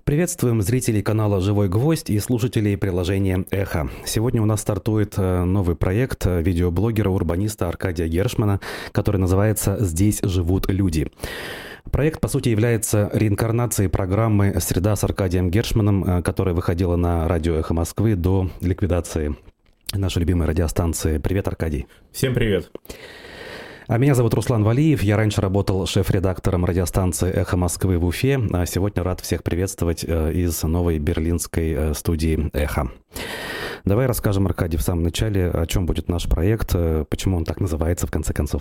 Приветствуем зрителей канала «Живой гвоздь» и слушателей приложения «Эхо». Сегодня у нас стартует новый проект видеоблогера-урбаниста Аркадия Гершмана, который называется «Здесь живут люди». Проект, по сути, является реинкарнацией программы «Среда» с Аркадием Гершманом, которая выходила на радио «Эхо Москвы» до ликвидации нашей любимой радиостанции. Привет, Аркадий. Всем привет. А меня зовут Руслан Валиев. Я раньше работал шеф-редактором радиостанции «Эхо Москвы» в Уфе, а сегодня рад всех приветствовать из новой берлинской студии «Эхо». Давай расскажем, Аркадий, в самом начале, о чем будет наш проект, почему он так называется, в конце концов.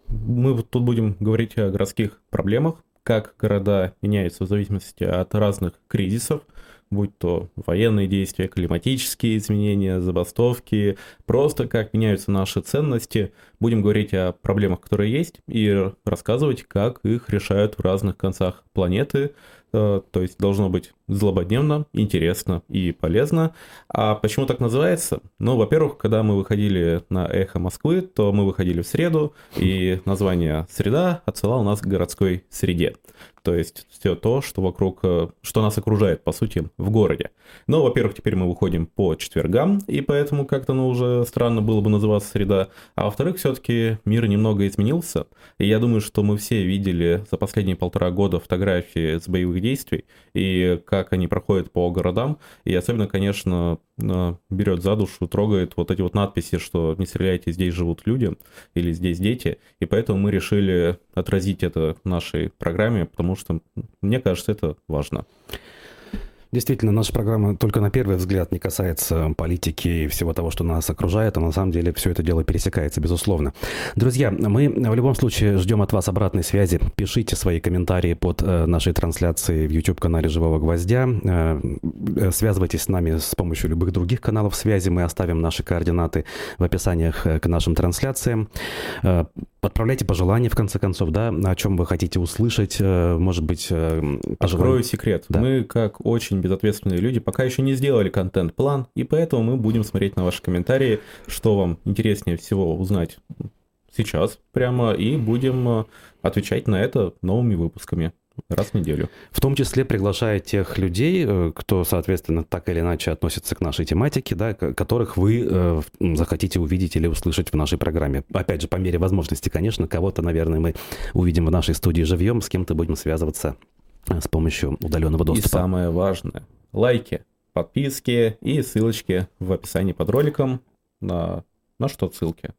Мы тут будем говорить о городских проблемах, как города меняются в зависимости от разных кризисов, будь то военные действия, климатические изменения, забастовки, просто как меняются наши ценности. Будем говорить о проблемах, которые есть, и рассказывать, как их решают в разных концах планеты. То есть должно быть злободневно, интересно и полезно. А почему так называется? Ну, во-первых, когда мы выходили на «Эхо Москвы», то мы выходили в среду, и название «Среда» отсылало нас к городской среде. То есть все то, что вокруг, что нас окружает, по сути, в городе. Но, во-первых, теперь мы выходим по четвергам, и поэтому как-то уже странно было бы называться «Среда». А во-вторых, все-таки мир немного изменился. И я думаю, что мы все видели за последние 1,5 года фотографии с боевых действий, и как они проходят по городам. И особенно, конечно, берет за душу, трогает вот эти вот надписи, что «не стреляйте, здесь живут люди» или «здесь дети». И поэтому мы решили отразить это в нашей программе, потому что, мне кажется, это важно. Действительно, наша программа только на первый взгляд не касается политики и всего того, что нас окружает, а на самом деле все это дело пересекается, безусловно. Друзья, мы в любом случае ждем от вас обратной связи. Пишите свои комментарии под нашей трансляцией в YouTube-канале «Живого гвоздя». Связывайтесь с нами с помощью любых других каналов связи. Мы оставим наши координаты в описаниях к нашим трансляциям. Отправляйте пожелания, в конце концов, да, о чем вы хотите услышать, может быть, пожелания. Открою секрет. Да. Мы, как очень безответственные люди, пока еще не сделали контент-план, и поэтому мы будем смотреть на ваши комментарии, что вам интереснее всего узнать сейчас прямо, и будем отвечать на это новыми выпусками. Раз в неделю. В том числе приглашая тех людей, кто, соответственно, так или иначе относится к нашей тематике, да, которых вы захотите увидеть или услышать в нашей программе. Опять же, по мере возможности, конечно, кого-то, наверное, мы увидим в нашей студии живьем, с кем-то будем связываться с помощью удаленного доступа. И самое важное, лайки, подписки и ссылочки в описании под роликом. На что ссылки?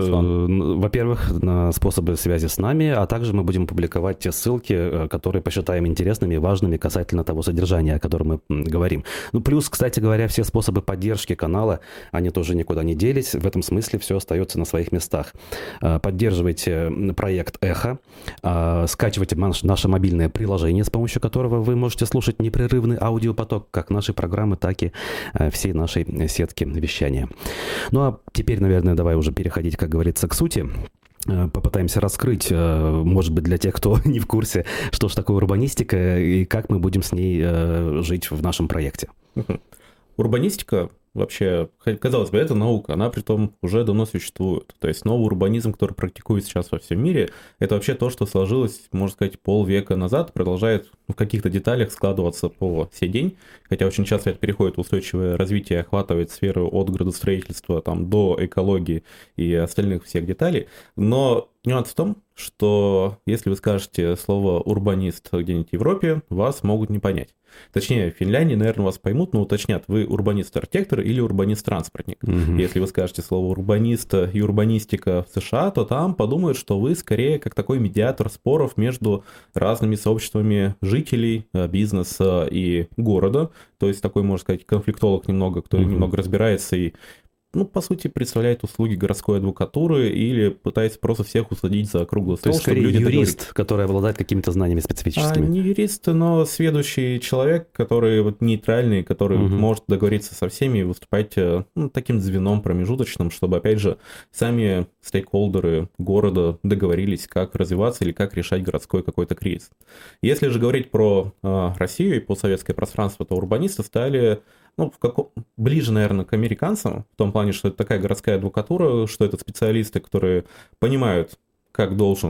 Во-первых, на способы связи с нами, а также мы будем публиковать те ссылки, которые посчитаем интересными и важными касательно того содержания, о котором мы говорим. Ну, плюс, кстати говоря, все способы поддержки канала, они тоже никуда не делись. В этом смысле все остается на своих местах. Поддерживайте проект «Эхо», скачивайте наше мобильное приложение, с помощью которого вы можете слушать непрерывный аудиопоток, как нашей программы, так и всей нашей сетки вещания. Ну, а теперь, наверное, давай уже переходить, как говорится, к сути. Попытаемся раскрыть, может быть, для тех, кто не в курсе, что же такое урбанистика и как мы будем с ней жить в нашем проекте. Урбанистика, вообще, казалось бы, это наука, она притом уже давно существует. То есть новый урбанизм, который практикуется сейчас во всем мире, это вообще то, что сложилось, можно сказать, полвека назад, продолжает в каких-то деталях складываться по сей день, хотя очень часто это переходит в устойчивое развитие, охватывает сферу от градостроительства там, до экологии и остальных всех деталей. Но нюанс в том, что если вы скажете слово «урбанист» где-нибудь в Европе, вас могут не понять. Точнее, в Финляндии, наверное, вас поймут, но уточнят, вы урбанист-архитектор или урбанист-транспортник. Если вы скажете слово «урбанист» и «урбанистика» в США, то там подумают, что вы скорее как такой медиатор споров между разными сообществами жителей, бизнеса и города. То есть такой, можно сказать, конфликтолог немного, кто немного разбирается и, ну, по сути, представляет услуги городской адвокатуры или пытается просто всех усадить за круглый стол. То есть, скорее, юрист, который обладает какими-то знаниями специфическими. Не юрист, но сведущий человек, который вот нейтральный, который может договориться со всеми и выступать таким звеном промежуточным, чтобы, опять же, сами стейкхолдеры города договорились, как развиваться или как решать городской какой-то кризис. Если же говорить про Россию и постсоветское пространство, то урбанисты стали ближе, наверное, к американцам, в том плане, что это такая городская адвокатура, что это специалисты, которые понимают, как должен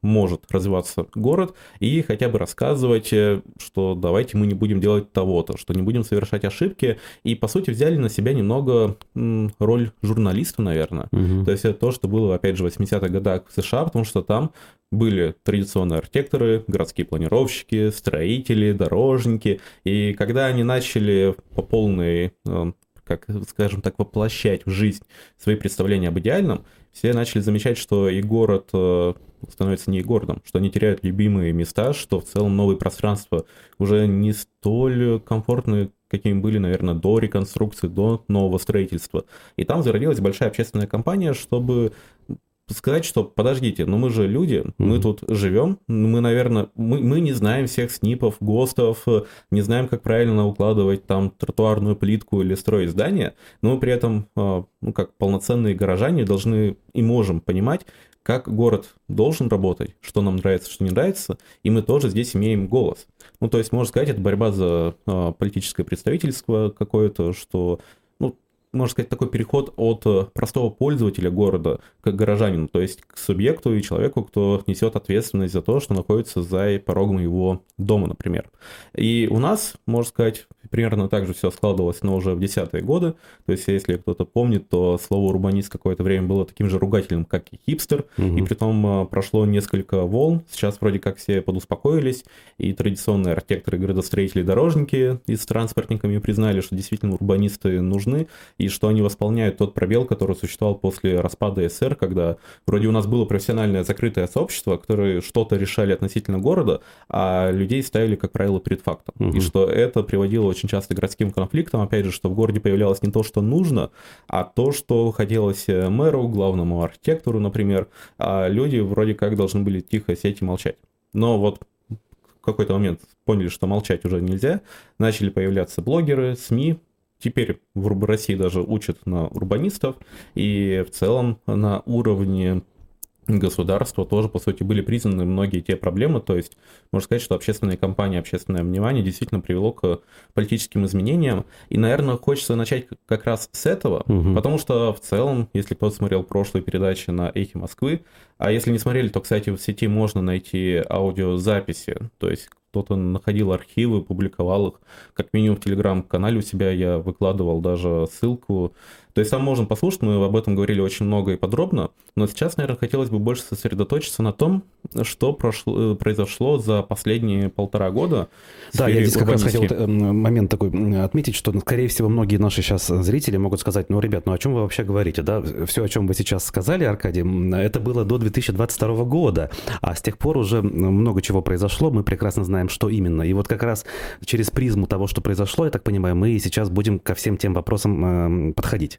может развиваться город, и хотя бы рассказывать, что давайте мы не будем делать того-то, что не будем совершать ошибки, и, по сути, взяли на себя немного роль журналиста, наверное. То есть это то, что было, опять же, в 80-х годах в США, потому что там были традиционные архитекторы, городские планировщики, строители, дорожники, и когда они начали по полной, как, скажем так, воплощать в жизнь свои представления об идеальном, все начали замечать, что и город становится не городом, что они теряют любимые места, что в целом новые пространства уже не столь комфортные, какими были, наверное, до реконструкции, до нового строительства. И там зародилась большая общественная кампания, чтобы сказать, что подождите, ну мы же люди, мы тут живем, мы, наверное, мы не знаем всех снипов, ГОСТов, не знаем, как правильно укладывать там тротуарную плитку или строить здания, но мы при этом, ну, как полноценные горожане, должны и можем понимать, как город должен работать, что нам нравится, что не нравится, и мы тоже здесь имеем голос. Ну, то есть, можно сказать, это борьба за политическое представительство какое-то, что, ну, можно сказать, такой переход от простого пользователя города к горожанину, то есть к субъекту и человеку, кто несет ответственность за то, что находится за порогом его дома, например. И у нас, можно сказать, примерно так же все складывалось, но уже в 10-е годы. То есть, если кто-то помнит, то слово урбанист какое-то время было таким же ругательным, как и хипстер, и притом прошло несколько волн. Сейчас вроде как все подуспокоились, и традиционные архитекторы, градостроители, дорожники и с транспортниками признали, что действительно урбанисты нужны, и что они восполняют тот пробел, который существовал после распада СССР, когда вроде у нас было профессиональное закрытое сообщество, которые что-то решали относительно города, а людей ставили, как правило, перед фактом. И что это приводило очень часто к городским конфликтам, опять же, что в городе появлялось не то, что нужно, а то, что хотелось мэру, главному архитектору, например, а люди вроде как должны были тихо сидеть и молчать. Но вот в какой-то момент поняли, что молчать уже нельзя, начали появляться блогеры, СМИ. Теперь в России даже учат на урбанистов, и в целом на уровне государства тоже, по сути, были признаны многие те проблемы, то есть можно сказать, что общественная кампания, общественное внимание действительно привело к политическим изменениям, и, наверное, хочется начать как раз с этого, потому что в целом, если кто-то смотрел прошлые передачи на «Эхе Москвы», а если не смотрели, то, кстати, в сети можно найти аудиозаписи, то есть кто-то находил архивы, публиковал их, как минимум в Телеграм-канале у себя я выкладывал даже ссылку. То есть там можно послушать, мы об этом говорили очень много и подробно, но сейчас, наверное, хотелось бы больше сосредоточиться на том, что произошло за последние 1,5 года. Да, я здесь как раз хотел момент такой отметить, что, скорее всего, многие наши сейчас зрители могут сказать, ну, ребят, ну о чем вы вообще говорите, да? Все, о чем вы сейчас сказали, Аркадий, это было до 2022 года, а с тех пор уже много чего произошло, мы прекрасно знаем, что именно. И вот как раз через призму того, что произошло, я так понимаю, мы сейчас будем ко всем тем вопросам подходить.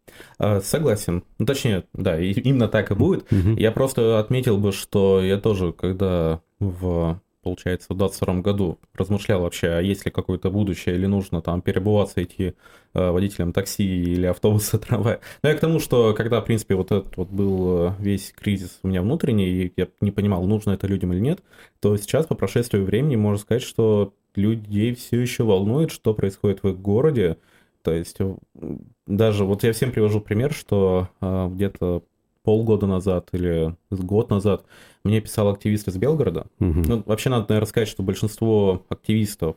Согласен. Ну, точнее, да, именно так и будет. Я просто отметил бы, что я тоже, когда получается, в 2022 году размышлял вообще, а есть ли какое-то будущее, или нужно там переобуваться, идти водителем такси или автобуса, трамвая. Но я к тому, что когда, в принципе, вот этот вот был весь кризис у меня внутренний, и я не понимал, нужно это людям или нет, то сейчас, по прошествии времени, можно сказать, что людей все еще волнует, что происходит в их городе. То есть даже вот я всем привожу пример, что где-то полгода назад или год назад мне писал активист из Белгорода. Ну, вообще надо, наверное, сказать, что большинство активистов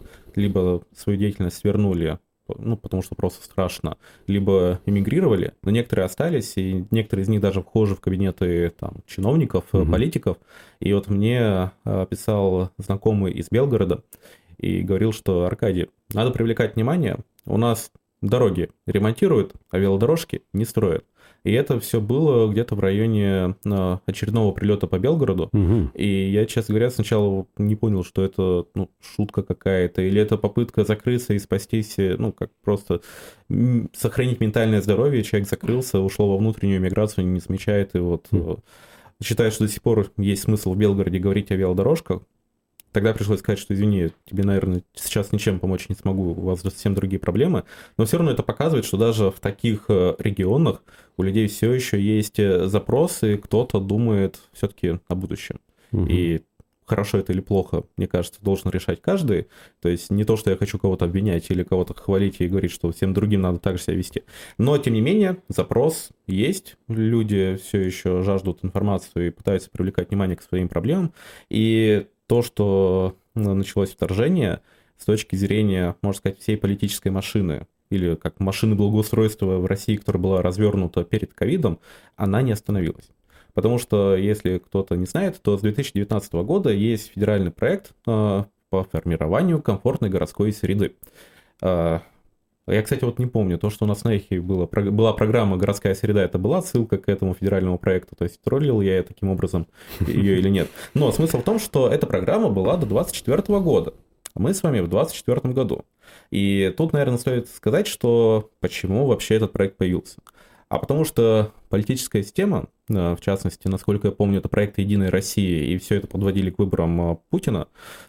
либо свою деятельность свернули, ну, потому что просто страшно, либо эмигрировали, но некоторые остались, и некоторые из них даже вхожи в кабинеты там, чиновников, политиков. И вот мне писал знакомый из Белгорода и говорил, что, Аркадий, надо привлекать внимание, у нас дороги ремонтируют, а велодорожки не строят. И это все было где-то в районе очередного прилета по Белгороду. И я, честно говоря, сначала не понял, что это шутка какая-то, или это попытка закрыться и спастись, ну, как просто сохранить ментальное здоровье. Человек закрылся, ушел во внутреннюю миграцию, не замечает, и вот считает, что до сих пор есть смысл в Белгороде говорить о велодорожках. Тогда пришлось сказать, что, извини, тебе, наверное, сейчас ничем помочь не смогу, у вас совсем другие проблемы. Но все равно это показывает, что даже в таких регионах у людей все еще есть запросы, кто-то думает все-таки о будущем. И хорошо это или плохо, мне кажется, должен решать каждый. То есть не то, что я хочу кого-то обвинять или кого-то хвалить и говорить, что всем другим надо так же себя вести. Но, тем не менее, запрос есть. Люди все еще жаждут информацию и пытаются привлекать внимание к своим проблемам. И то, что началось вторжение, с точки зрения, можно сказать, всей политической машины, или как машины благоустройства в России, которая была развернута перед ковидом, она не остановилась. Потому что, если кто-то не знает, то с 2019 года есть федеральный проект по формированию комфортной городской среды. Я, кстати, вот не помню, то, что у нас на эхе была программа «Городская среда», это была ссылка к этому федеральному проекту, то есть троллил я таким образом ее или нет. Но смысл в том, что эта программа была до 2024 года. Мы с вами в 2024 году. И тут, наверное, стоит сказать, что почему вообще этот проект появился. А потому что политическая система, в частности, насколько я помню, это проект «Единой России», и все это подводили к выборам Путина,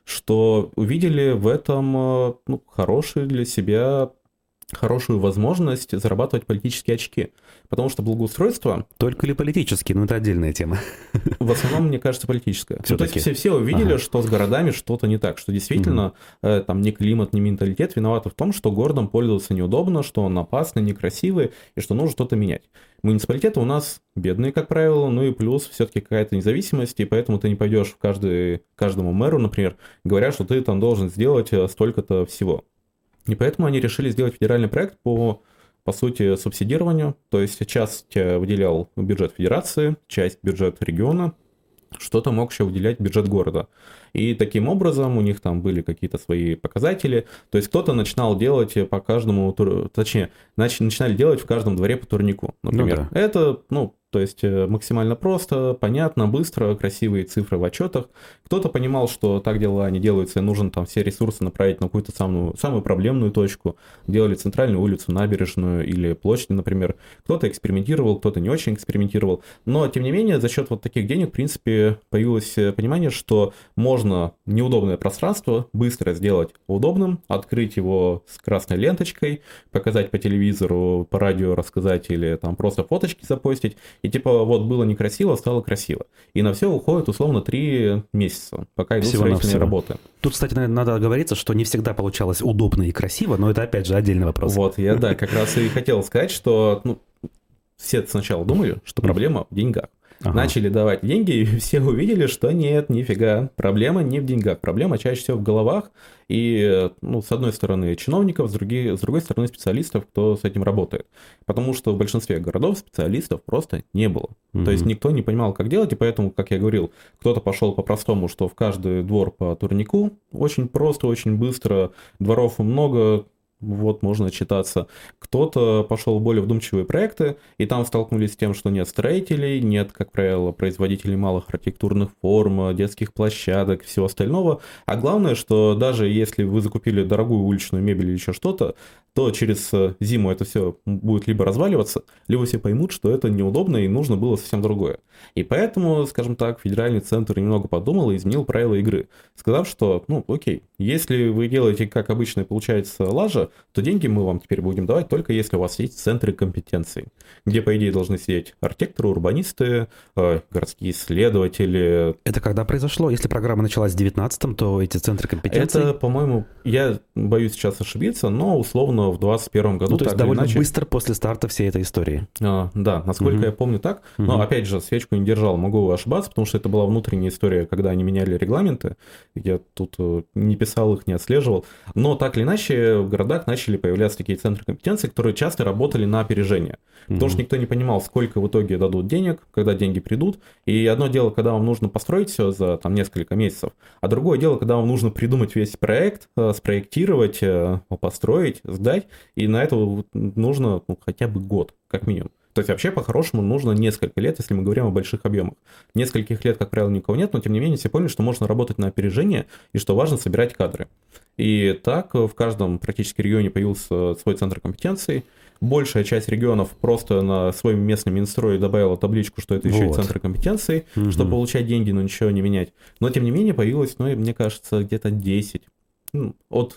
что увидели в этом хорошую для себя хорошую возможность зарабатывать политические очки. Потому что благоустройство... Только ли политические, но это отдельная тема. В основном, мне кажется, политическая. То есть все увидели, что с городами что-то не так, что действительно там ни климат, ни менталитет виноваты в том, что городом пользоваться неудобно, что он опасный, некрасивый, и что нужно что-то менять. Муниципалитеты у нас бедные, как правило, и плюс все-таки какая-то независимость, и поэтому ты не пойдешь каждому мэру, например, говоря, что ты там должен сделать столько-то всего. И поэтому они решили сделать федеральный проект по сути, субсидированию. То есть часть выделял бюджет федерации, часть бюджет региона, что-то мог еще выделять бюджет города. И таким образом у них там были какие-то свои показатели. То есть кто-то начинал делать по каждому, точнее, начинали делать в каждом дворе по турнику, например. Это, то есть максимально просто, понятно, быстро, красивые цифры в отчетах. Кто-то понимал, что так дела не делаются, и нужно там все ресурсы направить на какую-то самую проблемную точку. Делали центральную улицу, набережную или площадь, например. Кто-то экспериментировал, кто-то не очень экспериментировал. Но, тем не менее, за счет вот таких денег, в принципе, появилось понимание, что можно неудобное пространство быстро сделать удобным, открыть его с красной ленточкой, показать по телевизору, по радио рассказать или там просто фоточки запостить. И вот было некрасиво, стало красиво. И на все уходит условно 3 месяца, пока идут строительные работы. Тут, кстати, надо оговориться, что не всегда получалось удобно и красиво, но это опять же отдельный вопрос. Вот, я как раз и хотел сказать, что все сначала думали, что проблема в деньгах. Начали давать деньги, и все увидели, что нет, нифига, проблема не в деньгах, проблема чаще всего в головах, и, с одной стороны, чиновников, с другой стороны, специалистов, кто с этим работает. Потому что в большинстве городов специалистов просто не было. То есть никто не понимал, как делать, и поэтому, как я говорил, кто-то пошел по-простому, что в каждый двор по турнику, очень просто, очень быстро, дворов много, можно отчитаться. Кто-то пошел в более вдумчивые проекты, и там столкнулись с тем, что нет строителей, нет, как правило, производителей малых архитектурных форм, детских площадок, всего остального. А главное, что даже если вы закупили дорогую уличную мебель или еще что-то, то через зиму это все будет либо разваливаться, либо все поймут, что это неудобно и нужно было совсем другое. И поэтому, скажем так, федеральный центр немного подумал и изменил правила игры, сказав, что, окей, если вы делаете, как обычно, получается лажа, то деньги мы вам теперь будем давать только если у вас есть центры компетенций, где, по идее, должны сидеть архитекторы, урбанисты, городские исследователи. Это когда произошло? Если программа началась в 2019-м, то эти центры компетенций... Это, по-моему, я боюсь сейчас ошибиться, но условно в 2021 году. То есть довольно быстро после старта всей этой истории. Да, насколько я помню так. Но, опять же, свечку не держал, могу ошибаться, потому что это была внутренняя история, когда они меняли регламенты. Я тут не писал их, не отслеживал. Но так или иначе в городах начали появляться такие центры компетенции, которые часто работали на опережение. Потому что никто не понимал, сколько в итоге дадут денег, когда деньги придут. И одно дело, когда вам нужно построить все за несколько месяцев, а другое дело, когда вам нужно придумать весь проект, спроектировать, построить, сдать, и на это нужно хотя бы год, как минимум. То есть вообще по-хорошему нужно несколько лет, если мы говорим о больших объемах. Нескольких лет, как правило, никого нет, но тем не менее все поняли, что можно работать на опережение и что важно собирать кадры. И так в каждом практически регионе появился свой центр компетенций. Большая часть регионов просто на свой местный Минстрой добавила табличку, что это еще и центр компетенций, чтобы получать деньги, но ничего не менять. Но тем не менее появилось, мне кажется, где-то 10. От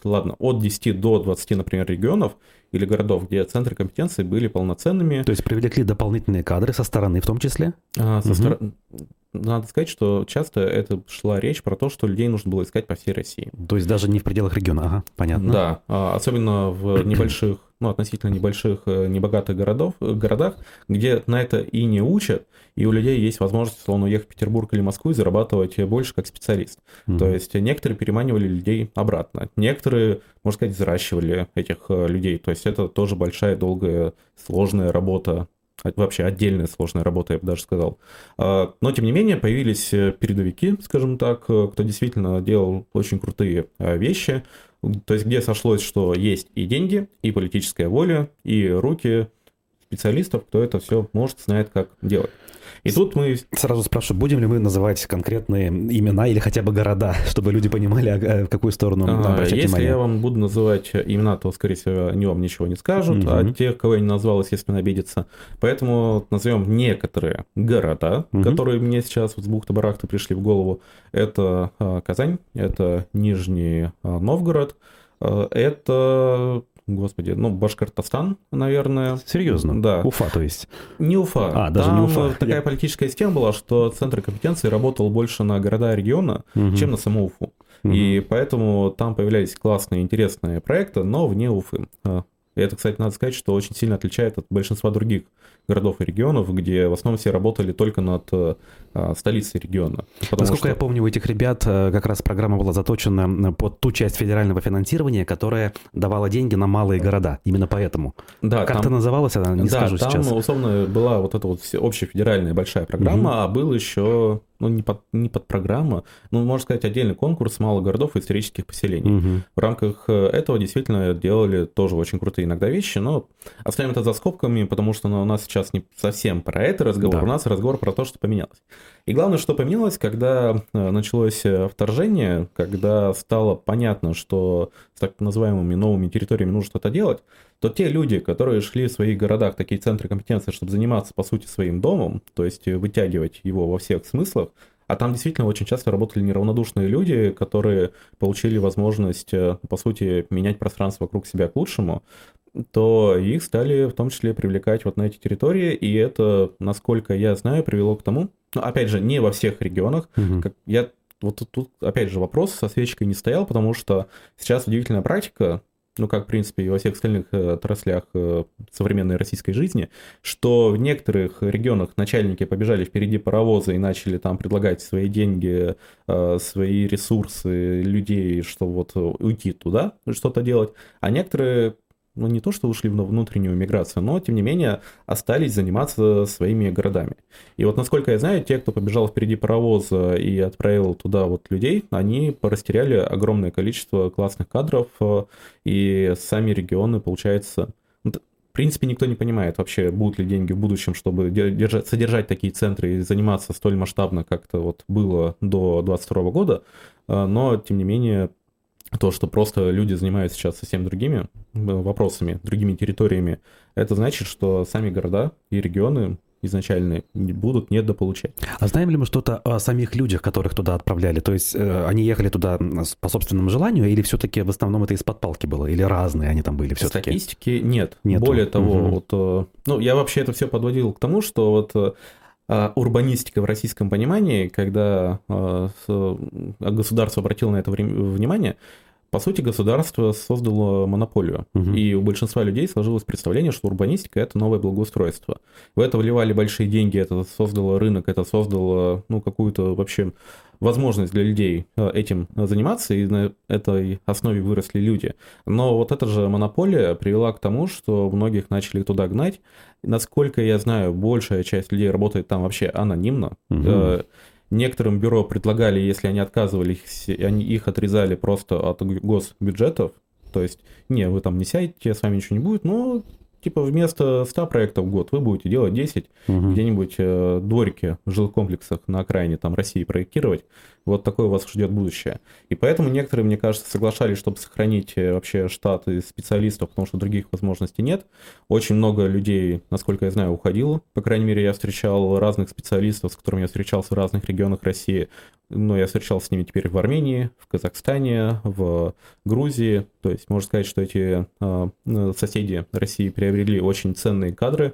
10 до 20, например, регионов или городов, где центры компетенции были полноценными. То есть привлекли дополнительные кадры со стороны в том числе? надо сказать, что часто это шла речь про то, что людей нужно было искать по всей России. То есть даже не в пределах региона, ага, понятно. Да, особенно в небольших, относительно небольших, небогатых городах, где на это и не учат, и у людей есть возможность, условно, уехать в Петербург или Москву и зарабатывать больше как специалист. То есть некоторые переманивали людей обратно, некоторые, можно сказать, взращивали этих людей. То есть это тоже большая, долгая, сложная работа. Вообще отдельная сложная работа, я бы даже сказал. Но, тем не менее, появились передовики, скажем так, кто действительно делал очень крутые вещи. То есть, где сошлось, что есть и деньги, и политическая воля, и руки специалистов, кто это все может, знает, как делать. И тут мы... Сразу спрашиваю, будем ли мы называть конкретные имена или хотя бы города, чтобы люди понимали, в какую сторону обращать внимание? Если я вам буду называть имена, то, скорее всего, они вам ничего не скажут, а тех, кого я не назвал, естественно, обидятся. Поэтому назовем некоторые города, которые мне сейчас с бухты-барахты пришли в голову. Это Казань, это Нижний Новгород, это... Господи, Башкортостан, наверное. Серьезно? Да. Уфа, то есть? Не Уфа. Даже не Уфа. Такая политическая система была, что Центр компетенции работал больше на города региона, чем на саму Уфу. И поэтому там появлялись классные, интересные проекты, но вне Уфы. И это, кстати, надо сказать, что очень сильно отличает от большинства других городов и регионов, где в основном все работали только над столицей региона. Насколько я помню, у этих ребят как раз программа была заточена под ту часть федерального финансирования, которая давала деньги на малые города. Именно поэтому. Да, как это называлось, я не скажу там, сейчас. Там, условно, была вот эта вот общая федеральная большая программа, а был еще... не под программа, можно сказать, отдельный конкурс малых городов и исторических поселений. В рамках этого действительно делали тоже очень крутые иногда вещи, но оставим это за скобками, потому что у нас сейчас не совсем про это разговор, у нас разговор про то, что поменялось. И главное, что поменялось, когда началось вторжение, когда стало понятно, что с так называемыми новыми территориями нужно что-то делать, то те люди, которые шли в своих городах, такие центры компетенции, чтобы заниматься, по сути, своим домом, то есть вытягивать его во всех смыслах, а там действительно очень часто работали неравнодушные люди, которые получили возможность, по сути, менять пространство вокруг себя к лучшему, то их стали в том числе привлекать вот на эти территории, и это, насколько я знаю, привело к тому, опять же, не во всех регионах, вот тут, опять же, вопрос со свечкой не стоял, потому что сейчас удивительная практика, как, в принципе, и во всех остальных отраслях современной российской жизни, что в некоторых регионах начальники побежали впереди паровоза и начали там предлагать свои деньги, свои ресурсы, людей, чтобы вот уйти туда, что-то делать, а некоторые... не то, что ушли в внутреннюю миграцию, но, тем не менее, остались заниматься своими городами. И вот, насколько я знаю, те, кто побежал впереди паровоза и отправил туда вот людей, они растеряли огромное количество классных кадров, и сами регионы, получается... В принципе, никто не понимает вообще, будут ли деньги в будущем, чтобы содержать такие центры и заниматься столь масштабно, как это вот было до 2022 года, но, тем не менее... То, что просто люди занимаются сейчас совсем другими вопросами, другими территориями, это значит, что сами города и регионы изначально будут недополучать. А знаем ли мы что-то о самих людях, которых туда отправляли? То есть они ехали туда по собственному желанию, или все-таки в основном это из-под палки было, или разные они там были все-таки? Статистики нет. Нету. Более того, я вообще это все подводил к тому, что урбанистика в российском понимании, когда государство обратило на это внимание, по сути, государство создало монополию, и у большинства людей сложилось представление, что урбанистика – это новое благоустройство. В это вливали большие деньги, это создало рынок, это создало какую-то вообще возможность для людей этим заниматься, и на этой основе выросли люди. Но вот эта же монополия привела к тому, что многих начали туда гнать. Насколько я знаю, большая часть людей работает там вообще анонимно. Некоторым бюро предлагали, если они отказывались, они их отрезали просто от госбюджетов. То есть, вы там не сядете, с вами ничего не будет, но вместо 100 проектов в год вы будете делать 10, где-нибудь дворики в жилых комплексах на окраине там, России проектировать. Вот такое у вас ждет будущее. И поэтому некоторые, мне кажется, соглашались, чтобы сохранить вообще штат из специалистов, потому что других возможностей нет. Очень много людей, насколько я знаю, уходило. По крайней мере, я встречал разных специалистов, с которыми я встречался в разных регионах России. Но я встречался с ними теперь в Армении, в Казахстане, в Грузии. То есть можно сказать, что эти соседи России приобрели очень ценные кадры.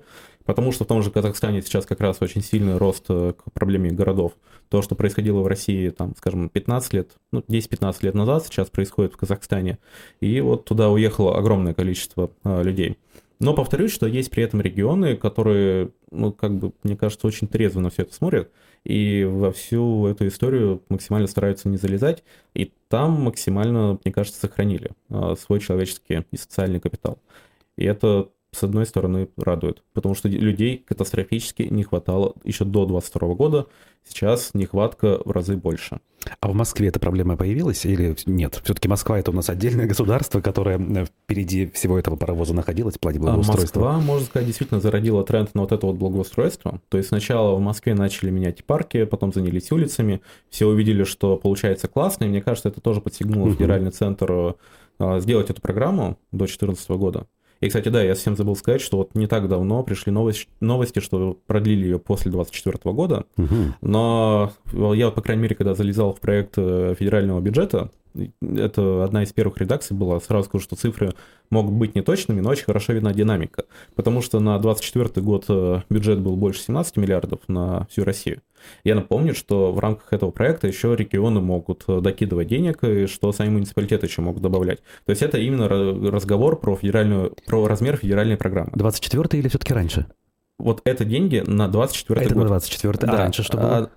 Потому что в том же Казахстане сейчас как раз очень сильный рост к проблеме городов. То, что происходило в России, там, скажем, 15 лет, 10-15 лет назад, сейчас происходит в Казахстане. И вот туда уехало огромное количество людей. Но повторюсь, что есть при этом регионы, которые, мне кажется, очень трезво на все это смотрят и во всю эту историю максимально стараются не залезать, и там максимально, мне кажется, сохранили свой человеческий и социальный капитал. И это, с одной стороны, радует, потому что людей катастрофически не хватало еще до 2022 года, сейчас нехватка в разы больше. А в Москве эта проблема появилась или нет? Все-таки Москва — это у нас отдельное государство, которое впереди всего этого паровоза находилось в плане благоустройства. Москва, можно сказать, действительно зародила тренд на вот это вот благоустройство. То есть сначала в Москве начали менять парки, потом занялись улицами, все увидели, что получается классно, и мне кажется, это тоже подстегнуло федеральный центр сделать эту программу до 2014 года. И, кстати, да, я совсем забыл сказать, что вот не так давно пришли новости, что продлили ее после 2024 года, но я, по крайней мере, когда залезал в проект федерального бюджета, это одна из первых редакций была, сразу скажу, что цифры могут быть неточными, но очень хорошо видна динамика, потому что на 2024 год бюджет был больше 17 миллиардов на всю Россию. Я напомню, что в рамках этого проекта еще регионы могут докидывать денег, и что сами муниципалитеты еще могут добавлять. То есть это именно разговор про размер федеральной программы. 24-й или все-таки раньше? Вот это деньги на 24-й год. Это на 24-й, а раньше что было?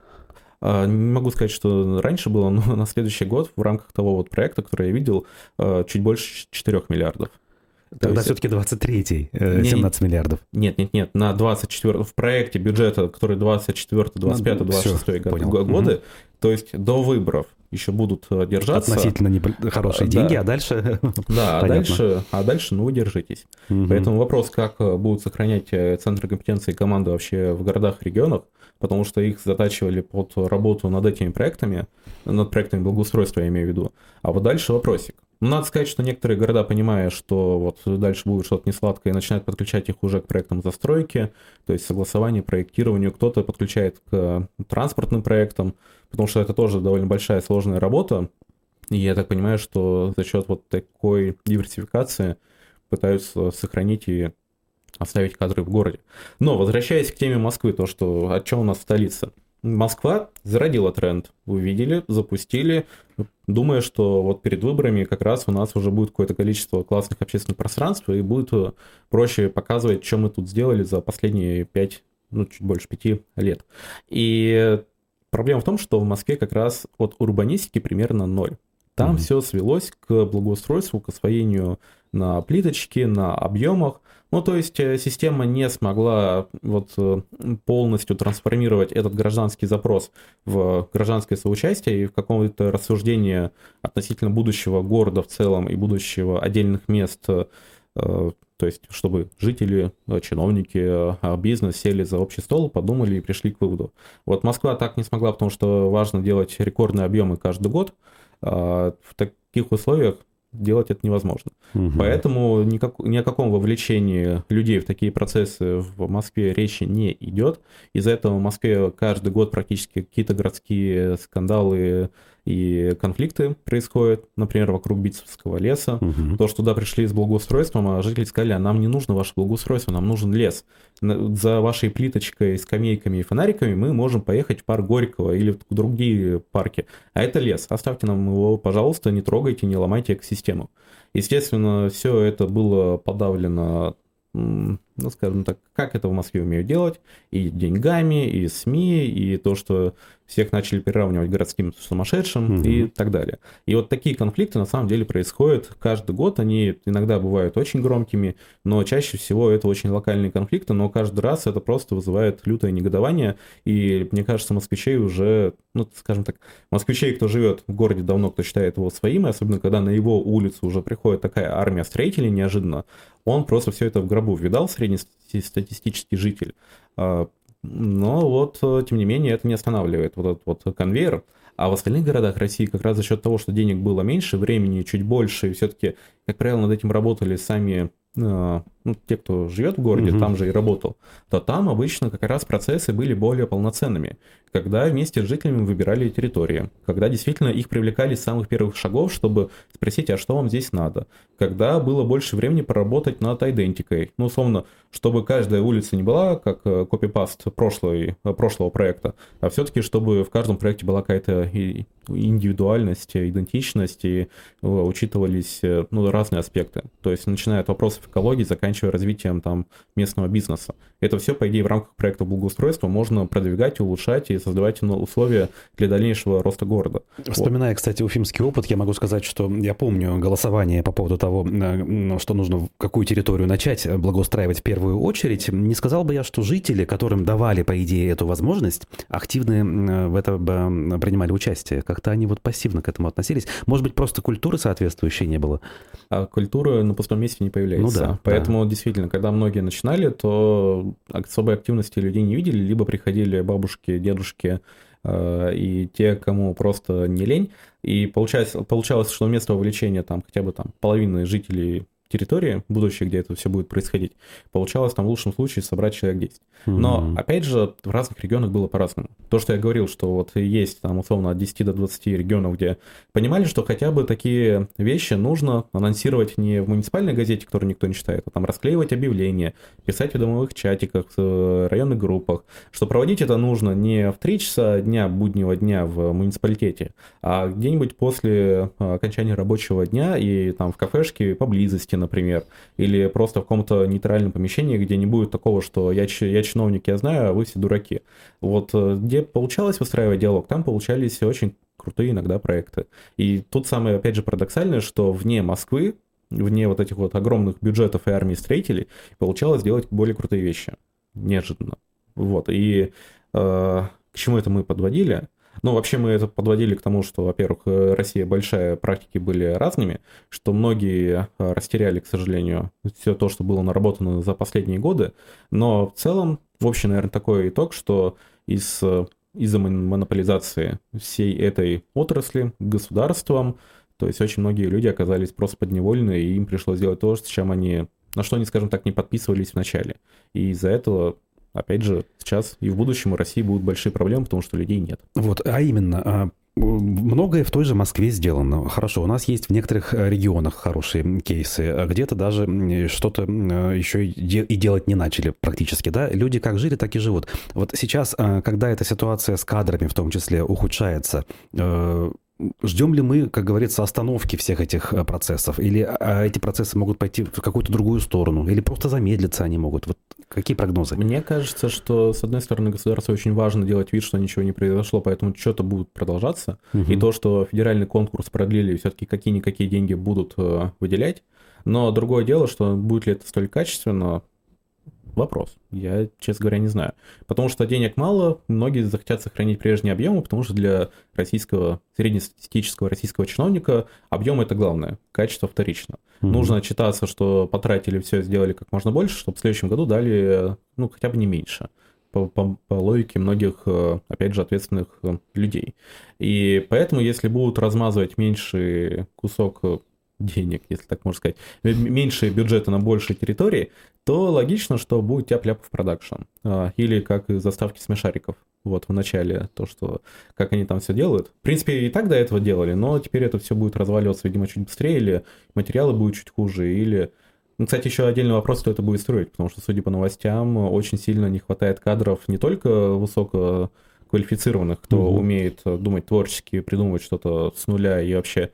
Не могу сказать, что раньше было, но на следующий год в рамках того вот проекта, который я видел, чуть больше 4 миллиардов. Тогда все-таки 23-й, 17 миллиардов. Нет, на 24 в проекте бюджета, который 24, 25, 26 годы, то есть до выборов еще будут держаться. Относительно хорошие деньги, а дальше... Да, а дальше, вы держитесь. Поэтому вопрос, как будут сохранять центры компетенции и команды вообще в городах и регионах, потому что их затачивали под работу над этими проектами, над проектами благоустройства, я имею в виду. А вот дальше вопросик. Надо сказать, что некоторые города, понимая, что вот дальше будет что-то несладкое, начинают подключать их уже к проектам застройки, то есть согласованию, проектированию. Кто-то подключает к транспортным проектам, потому что это тоже довольно большая сложная работа. И я так понимаю, что за счет вот такой диверсификации пытаются сохранить и оставить кадры в городе. Но возвращаясь к теме Москвы, то, что о чем у нас столица. Москва зародила тренд, увидели, запустили, думая, что вот перед выборами как раз у нас уже будет какое-то количество классных общественных пространств, и будет проще показывать, что мы тут сделали за последние 5, чуть больше 5 лет. И проблема в том, что в Москве как раз от урбанистики примерно 0. Там все свелось к благоустройству, к освоению на плиточке, на объемах. То есть система не смогла вот полностью трансформировать этот гражданский запрос в гражданское соучастие и в какое-то рассуждение относительно будущего города в целом и будущего отдельных мест, то есть чтобы жители, чиновники, бизнес сели за общий стол, подумали и пришли к выводу. Вот Москва так не смогла, потому что важно делать рекордные объемы каждый год. В таких условиях делать это невозможно. Поэтому ни о каком вовлечении людей в такие процессы в Москве речи не идет. Из-за этого в Москве каждый год практически какие-то городские скандалы и конфликты происходят, например, вокруг Битцевского леса. То, что туда пришли с благоустройством, а жители сказали, а нам не нужно ваше благоустройство, нам нужен лес. За вашей плиточкой, скамейками и фонариками мы можем поехать в парк Горького или в другие парки. А это лес, оставьте нам его, пожалуйста, не трогайте, не ломайте экосистему. Естественно, все это было подавлено, скажем так, как это в Москве умеют делать, и деньгами, и СМИ, и то, что всех начали приравнивать к городским сумасшедшим и так далее. И вот такие конфликты на самом деле происходят каждый год, они иногда бывают очень громкими, но чаще всего это очень локальные конфликты, но каждый раз это просто вызывает лютое негодование, и мне кажется, москвичей уже, скажем так, москвичей, кто живет в городе давно, кто считает его своим, и особенно когда на его улицу уже приходит такая армия строителей неожиданно, он просто все это в гробу видал, среднестатистический житель. Но вот, тем не менее, это не останавливает вот этот вот конвейер. А в остальных городах России как раз за счет того, что денег было меньше, времени чуть больше, и все-таки, как правило, над этим работали сами те, кто живет в городе, там же и работал, то там обычно как раз процессы были более полноценными, когда вместе с жителями выбирали территории, когда действительно их привлекали с самых первых шагов, чтобы спросить, а что вам здесь надо, когда было больше времени поработать над идентикой, ну, условно, чтобы каждая улица не была как копипаст прошлого проекта, а все-таки чтобы в каждом проекте была какая-то индивидуальность, идентичность, и учитывались разные аспекты. То есть, начиная от вопросов экологии, заканчивая развитием там местного бизнеса. Это все, по идее, в рамках проекта благоустройства можно продвигать, улучшать и создавать условия для дальнейшего роста города. Вспоминая, кстати, уфимский опыт, я могу сказать, что я помню голосование по поводу того, что нужно какую территорию начать благоустраивать в первую очередь. Не сказал бы я, что жители, которым давали, по идее, эту возможность, активно в этом принимали участие. Как-то они вот пассивно к этому относились. Может быть, просто культуры соответствующей не было? А культура на пустом месте не появляется. Ну да. Поэтому, действительно, когда многие начинали, то особой активности людей не видели, либо приходили бабушки, дедушки и те, кому просто не лень. И получалось, что вместо вовлечения там хотя бы там половины жителей территории будущей, где это все будет происходить, получалось там в лучшем случае собрать человек 10. Но, опять же, в разных регионах было по-разному. То, что я говорил, что вот есть там условно от 10 до 20 регионов, где понимали, что хотя бы такие вещи нужно анонсировать не в муниципальной газете, которую никто не читает, а там расклеивать объявления, писать в домовых чатиках, в районных группах, что проводить это нужно не в 3 часа дня, буднего дня в муниципалитете, а где-нибудь после окончания рабочего дня и там в кафешке поблизости, например, или просто в каком-то нейтральном помещении, где не будет такого, что я чиновник, я знаю, а вы все дураки. Вот где получалось выстраивать диалог, там получались очень крутые иногда проекты. И тут самое, опять же, парадоксальное, что вне Москвы, вне вот этих вот огромных бюджетов и армии строителей, получалось делать более крутые вещи. Неожиданно. Вот. И к чему это мы подводили? Ну, вообще мы это подводили к тому, что, во-первых, Россия большая, практики были разными, что многие растеряли, к сожалению, все то, что было наработано за последние годы, но в целом, в общем, наверное, такой итог, что из-за монополизации всей этой отрасли государством, то есть очень многие люди оказались просто подневольны, и им пришлось делать то, на что они, скажем так, не подписывались вначале. И из-за этого... Опять же, сейчас и в будущем у России будут большие проблемы, потому что людей нет. Вот, а именно, многое в той же Москве сделано. Хорошо, у нас есть в некоторых регионах хорошие кейсы, а где-то даже что-то еще и делать не начали практически, да? Люди как жили, так и живут. Вот сейчас, когда эта ситуация с кадрами в том числе ухудшается, ждем ли мы, как говорится, остановки всех этих процессов? Или эти процессы могут пойти в какую-то другую сторону? Или просто замедлиться они могут? Вот какие прогнозы? Мне кажется, что, с одной стороны, государству очень важно делать вид, что ничего не произошло, поэтому что-то будет продолжаться. И то, что федеральный конкурс продлили, все-таки какие-никакие деньги будут выделять. Но другое дело, что будет ли это столь качественно, вопрос. Я, честно говоря, не знаю. Потому что денег мало, многие захотят сохранить прежние объемы, потому что для среднестатистического российского чиновника объем это главное, качество вторично. Нужно отчитаться, что потратили все, сделали как можно больше, чтобы в следующем году дали, хотя бы не меньше. По логике многих, опять же, ответственных людей. И поэтому, если будут размазывать меньший кусок денег, если так можно сказать, меньше бюджета на большей территории, то логично, что будет тяп-ляп в продакшн. Или как из заставки смешариков. Вот в начале то, что как они там все делают. В принципе, и так до этого делали, но теперь это все будет разваливаться, видимо, чуть быстрее, или материалы будут чуть хуже, или... кстати, еще отдельный вопрос, кто это будет строить, потому что, судя по новостям, очень сильно не хватает кадров не только высококвалифицированных, кто умеет думать творчески, придумывать что-то с нуля и вообще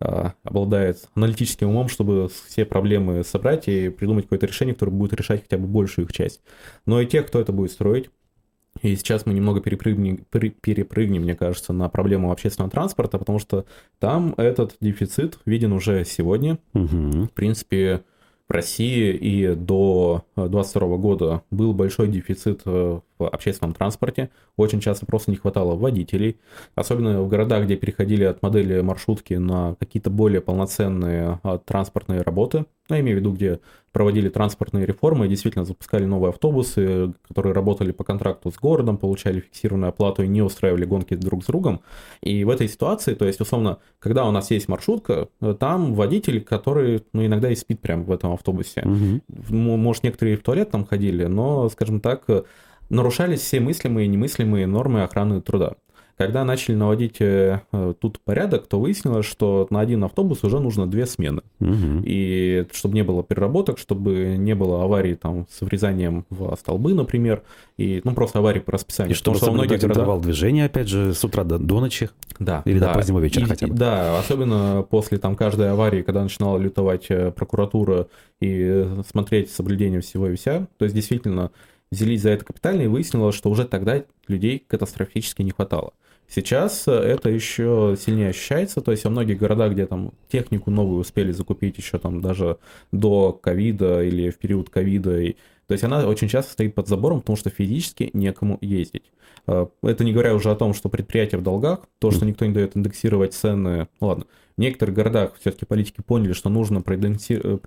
обладает аналитическим умом, чтобы все проблемы собрать и придумать какое-то решение, которое будет решать хотя бы большую их часть. Но и тех, кто это будет строить. И сейчас мы немного перепрыгнем, мне кажется, на проблему общественного транспорта, потому что там этот дефицит виден уже сегодня. В принципе, в России и до 2022 года был большой дефицит в общественном транспорте. Очень часто просто не хватало водителей. Особенно в городах, где переходили от модели маршрутки на какие-то более полноценные транспортные работы. Я имею в виду, где проводили транспортные реформы и действительно запускали новые автобусы, которые работали по контракту с городом, получали фиксированную оплату и не устраивали гонки друг с другом. И в этой ситуации, то есть, условно, когда у нас есть маршрутка, там водитель, который, иногда и спит прямо в этом автобусе. Может, некоторые в туалет там ходили, но, скажем так, нарушались все мыслимые и немыслимые нормы охраны труда. Когда начали наводить тут порядок, то выяснилось, что на один автобус уже нужно 2 смены. Угу. И чтобы не было переработок, чтобы не было аварий там, с врезанием в столбы, например, и просто аварий по расписанию. И чтобы соблюдать интервал движения, опять же, с утра до ночи. Да. Или до позднего вечера хотя бы. Да, особенно после каждой аварии, когда начинала лютовать прокуратура и смотреть соблюдение всего и вся, то есть действительно взялись за это капитально и выяснилось, что уже тогда людей катастрофически не хватало. Сейчас это еще сильнее ощущается, то есть во многих городах, где там технику новую успели закупить еще там даже до ковида или в период ковида, то есть она очень часто стоит под забором, потому что физически некому ездить. Это не говоря уже о том, что предприятия в долгах, то, что никто не дает индексировать цены, ладно. В некоторых городах все-таки политики поняли, что нужно поднять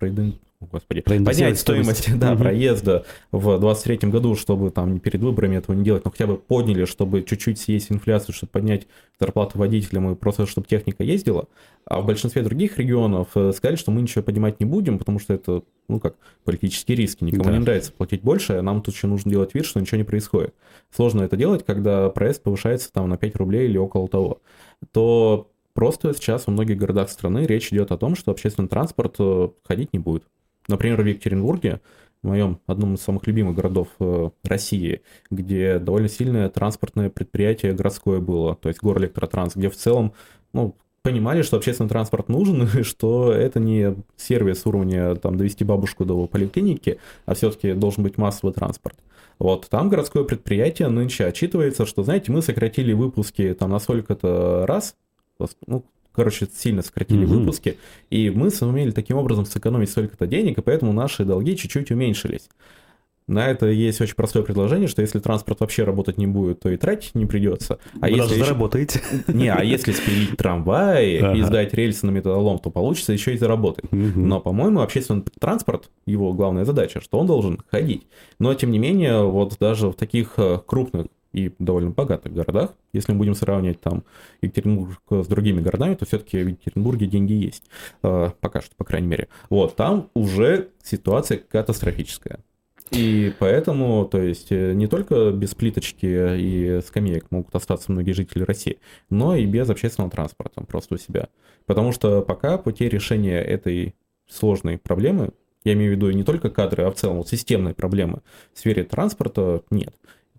стоимость проезда в 2023 году, чтобы там перед выборами этого не делать, но хотя бы подняли, чтобы чуть-чуть съесть инфляцию, чтобы поднять зарплату водителям и просто чтобы техника ездила. А в большинстве других регионов сказали, что мы ничего поднимать не будем, потому что это, политические риски. Никому не нравится платить больше, а нам тут еще нужно делать вид, что ничего не происходит. Сложно это делать, когда проезд повышается там на 5 рублей или около того. То просто сейчас во многих городах страны речь идет о том, что общественный транспорт ходить не будет. Например, в Екатеринбурге, в моем одном из самых любимых городов России, где довольно сильное транспортное предприятие городское было, то есть Горэлектротранс, где в целом, понимали, что общественный транспорт нужен, и что это не сервис уровня довести бабушку до поликлиники, а все-таки должен быть массовый транспорт. Вот там городское предприятие нынче отчитывается, что, знаете, мы сократили выпуски на сколько-то раз, сильно сократили выпуски, и мы сумели таким образом сэкономить столько-то денег, и поэтому наши долги чуть-чуть уменьшились. На это есть очень простое предложение, что если транспорт вообще работать не будет, то и тратить не придется. А если заработаете? А если спилить трамваи и сдать рельсы на металлолом, то получится еще и заработать. Но, по-моему, общественный транспорт, его главная задача, что он должен ходить. Но, тем не менее, вот даже в таких крупных и довольно богатых городах, если мы будем сравнивать Екатеринбург с другими городами, то все-таки в Екатеринбурге деньги есть. Пока что, по крайней мере. Вот, там уже ситуация катастрофическая. И поэтому, то есть, не только без плиточки и скамеек могут остаться многие жители России, но и без общественного транспорта просто у себя. Потому что пока путей решения этой сложной проблемы, я имею в виду не только кадры, а в целом системной проблемы в сфере транспорта нет.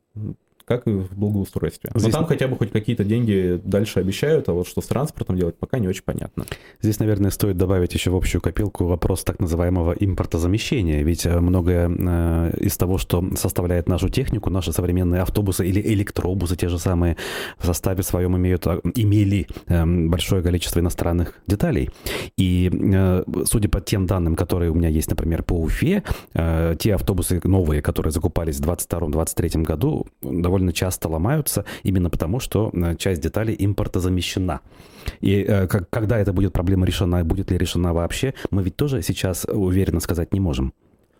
Как и в благоустройстве. Но там хотя бы хоть какие-то деньги дальше обещают, а вот что с транспортом делать, пока не очень понятно. Здесь, наверное, стоит добавить еще в общую копилку вопрос так называемого импортозамещения, ведь многое из того, что составляет нашу технику, наши современные автобусы или электробусы, те же самые, в составе своем имели большое количество иностранных деталей. И судя по тем данным, которые у меня есть, например, по Уфе, те автобусы новые, которые закупались в 2022-2023 году, довольно часто ломаются именно потому, что часть деталей импортозамещена. И когда эта будет проблема решена, будет ли решена вообще, мы ведь тоже сейчас уверенно сказать не можем.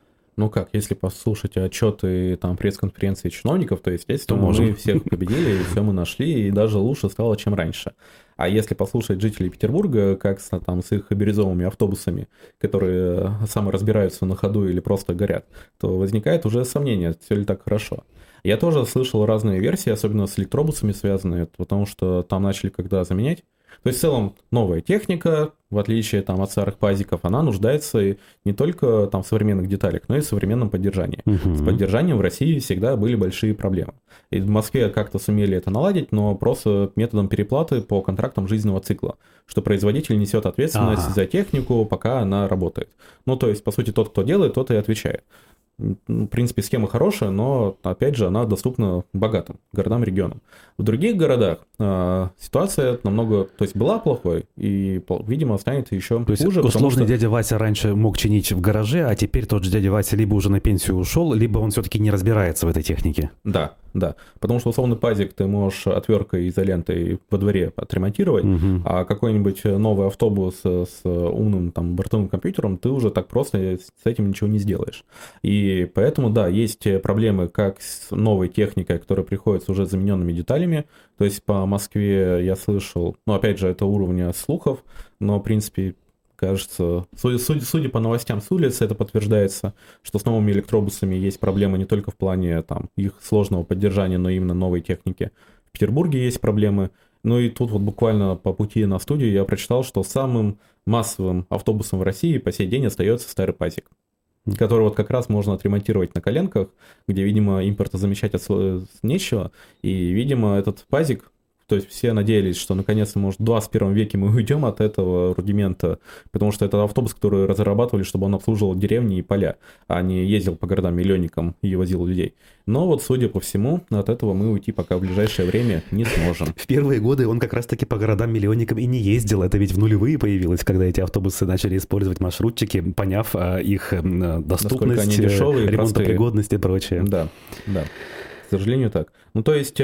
Если послушать отчеты пресс-конференции чиновников, то, естественно, мы всех победили, и все мы нашли, и даже лучше стало, чем раньше. А если послушать жителей Петербурга, как с их бирюзовыми автобусами, которые сами разбираются на ходу или просто горят, то возникает уже сомнение, все ли так хорошо. Я тоже слышал разные версии, особенно с электробусами связанные, потому что там начали когда заменять. То есть в целом новая техника, в отличие от старых пазиков, она нуждается не только в современных деталях, но и в современном поддержании. С поддержанием в России всегда были большие проблемы. И в Москве как-то сумели это наладить, но просто методом переплаты по контрактам жизненного цикла, что производитель несет ответственность за технику, пока она работает. То есть, по сути, тот, кто делает, тот и отвечает. В принципе, схема хорошая, но, опять же, она доступна богатым городам, регионам. В других городах ситуация намного, то есть, была плохой, и, видимо, станет еще то хуже. Есть, условный дядя Вася раньше мог чинить в гараже, а теперь тот же дядя Вася либо уже на пенсию ушел, либо он все-таки не разбирается в этой технике. Да. Потому что условный пазик ты можешь отверткой и изолентой во дворе отремонтировать, а какой-нибудь новый автобус с умным бортовым компьютером ты уже так просто с этим ничего не сделаешь. И поэтому, да, есть проблемы как с новой техникой, которая приходит с уже замененными деталями. То есть по Москве я слышал, опять же, это уровня слухов, но, в принципе, кажется, судя по новостям с улицы, это подтверждается, что с новыми электробусами есть проблемы не только в плане там, их сложного поддержания, но именно новой техники. В Петербурге есть проблемы. Ну и тут вот буквально по пути на студию я прочитал, что самым массовым автобусом в России по сей день остается старый пазик, который вот как раз можно отремонтировать на коленках, где, видимо, импорта замечать нечего. И, видимо, этот пазик, то есть все надеялись, что наконец-то, может, в 21 веке мы уйдем от этого рудимента, потому что это автобус, который разрабатывали, чтобы он обслуживал деревни и поля, а не ездил по городам-миллионникам и возил людей. Но вот, судя по всему, от этого мы уйти пока в ближайшее время не сможем. В первые годы он как раз-таки по городам-миллионникам и не ездил. Это ведь в нулевые появилось, когда эти автобусы начали использовать маршрутчики, поняв их доступность, они дешевые, ремонтопригодность и прочее. Да, да. К сожалению, так. Ну, то есть,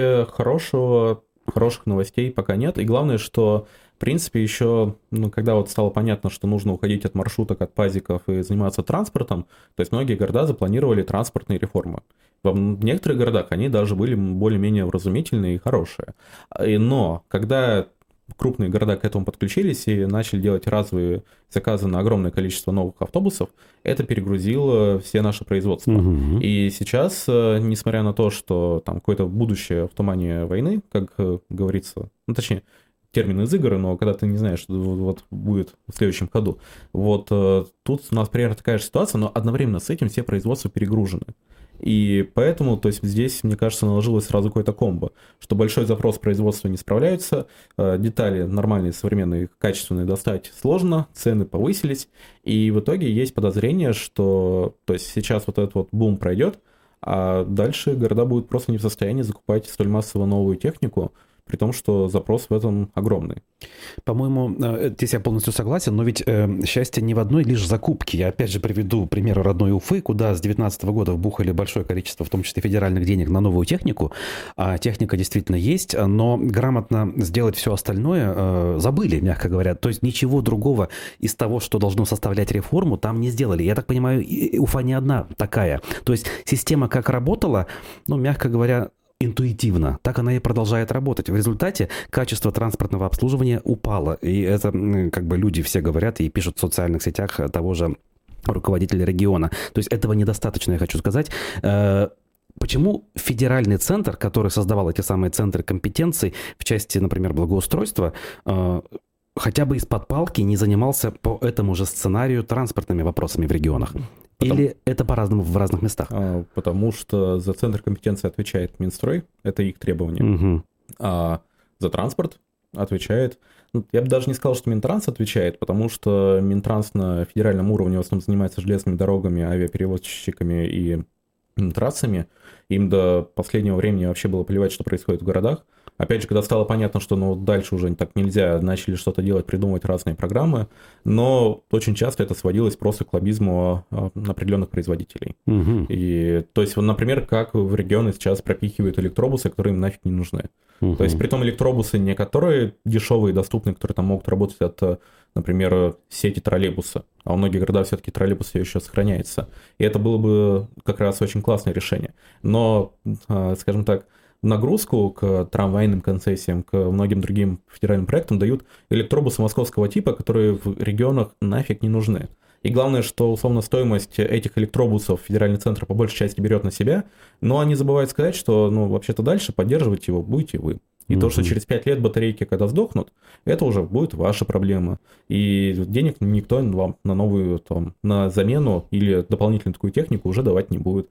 хороших новостей пока нет. И главное, что, в принципе, еще, когда вот стало понятно, что нужно уходить от маршруток, от пазиков и заниматься транспортом, то есть многие города запланировали транспортные реформы. В некоторых городах они даже были более-менее вразумительные и хорошие. Но когда крупные города к этому подключились и начали делать разовые заказы на огромное количество новых автобусов, это перегрузило все наши производства. Угу. И сейчас, несмотря на то, что там какое-то будущее в тумане войны, как говорится, точнее, термин из игр, но когда ты не знаешь, что вот будет в следующем году, вот тут у нас примерно такая же ситуация, но одновременно с этим все производства перегружены. И поэтому, то есть здесь, мне кажется, наложилось сразу какое-то комбо, что большой запрос производства не справляются, детали нормальные, современные, качественные достать сложно, цены повысились, и в итоге есть подозрение, что то есть сейчас вот этот вот бум пройдет, а дальше города будут просто не в состоянии закупать столь массово новую технику, при том, что запрос в этом огромный. По-моему, здесь я полностью согласен, но ведь счастье не в одной лишь закупке. Я опять же приведу пример родной Уфы, куда с 2019 года вбухали большое количество, в том числе федеральных денег, на новую технику. А техника действительно есть, но грамотно сделать все остальное забыли, мягко говоря. То есть ничего другого из того, что должно составлять реформу, там не сделали. Я так понимаю, Уфа не одна такая. То есть система как работала, мягко говоря, интуитивно. Так она и продолжает работать. В результате качество транспортного обслуживания упало. И это как бы люди все говорят и пишут в социальных сетях того же руководителя региона. То есть этого недостаточно, я хочу сказать. Почему федеральный центр, который создавал эти самые центры компетенций в части, например, благоустройства, хотя бы из-под палки не занимался по этому же сценарию транспортными вопросами в регионах? Или это по-разному в разных местах? Потому что за центр компетенции отвечает Минстрой, это их требования. Угу. А за транспорт отвечает... я бы даже не сказал, что Минтранс отвечает, потому что Минтранс на федеральном уровне в основном занимается железными дорогами, авиаперевозчиками и трассами. Им до последнего времени вообще было плевать, что происходит в городах. Опять же, когда стало понятно, что дальше уже так нельзя, начали что-то делать, придумывать разные программы, но очень часто это сводилось просто к лоббизму определенных производителей. Угу. И, то есть, например, как в регионы сейчас пропихивают электробусы, которые им нафиг не нужны. Угу. То есть, притом электробусы не которые дешевые, доступные, которые там могут работать от, например, сети троллейбуса, а у многих городах все-таки троллейбус все еще сохраняется. И это было бы как раз очень классное решение. Но, скажем так, нагрузку к трамвайным концессиям, к многим другим федеральным проектам дают электробусы московского типа, которые в регионах нафиг не нужны. И главное, что, условно, стоимость этих электробусов федеральный центр по большей части берет на себя, но они забывают сказать, что, вообще-то дальше поддерживать его будете вы. И то, что через 5 лет батарейки, когда сдохнут, это уже будет ваша проблема. И денег никто вам на новую, на замену или дополнительную такую технику уже давать не будет.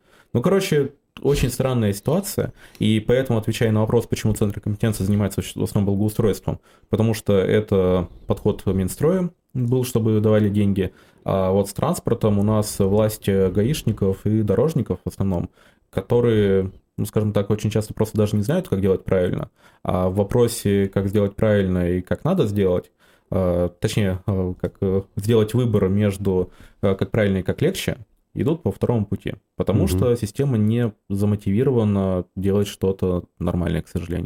Очень странная ситуация, и поэтому, отвечая на вопрос, почему Центр компетенции занимается в основном благоустройством, потому что это подход Минстроя был, чтобы давали деньги, а вот с транспортом у нас власть гаишников и дорожников в основном, которые, скажем так, очень часто просто даже не знают, как делать правильно, а в вопросе, как сделать правильно и как надо сделать, точнее, как сделать выбор между как правильно и как легче, идут по второму пути, потому что система не замотивирована делать что-то нормальное, к сожалению.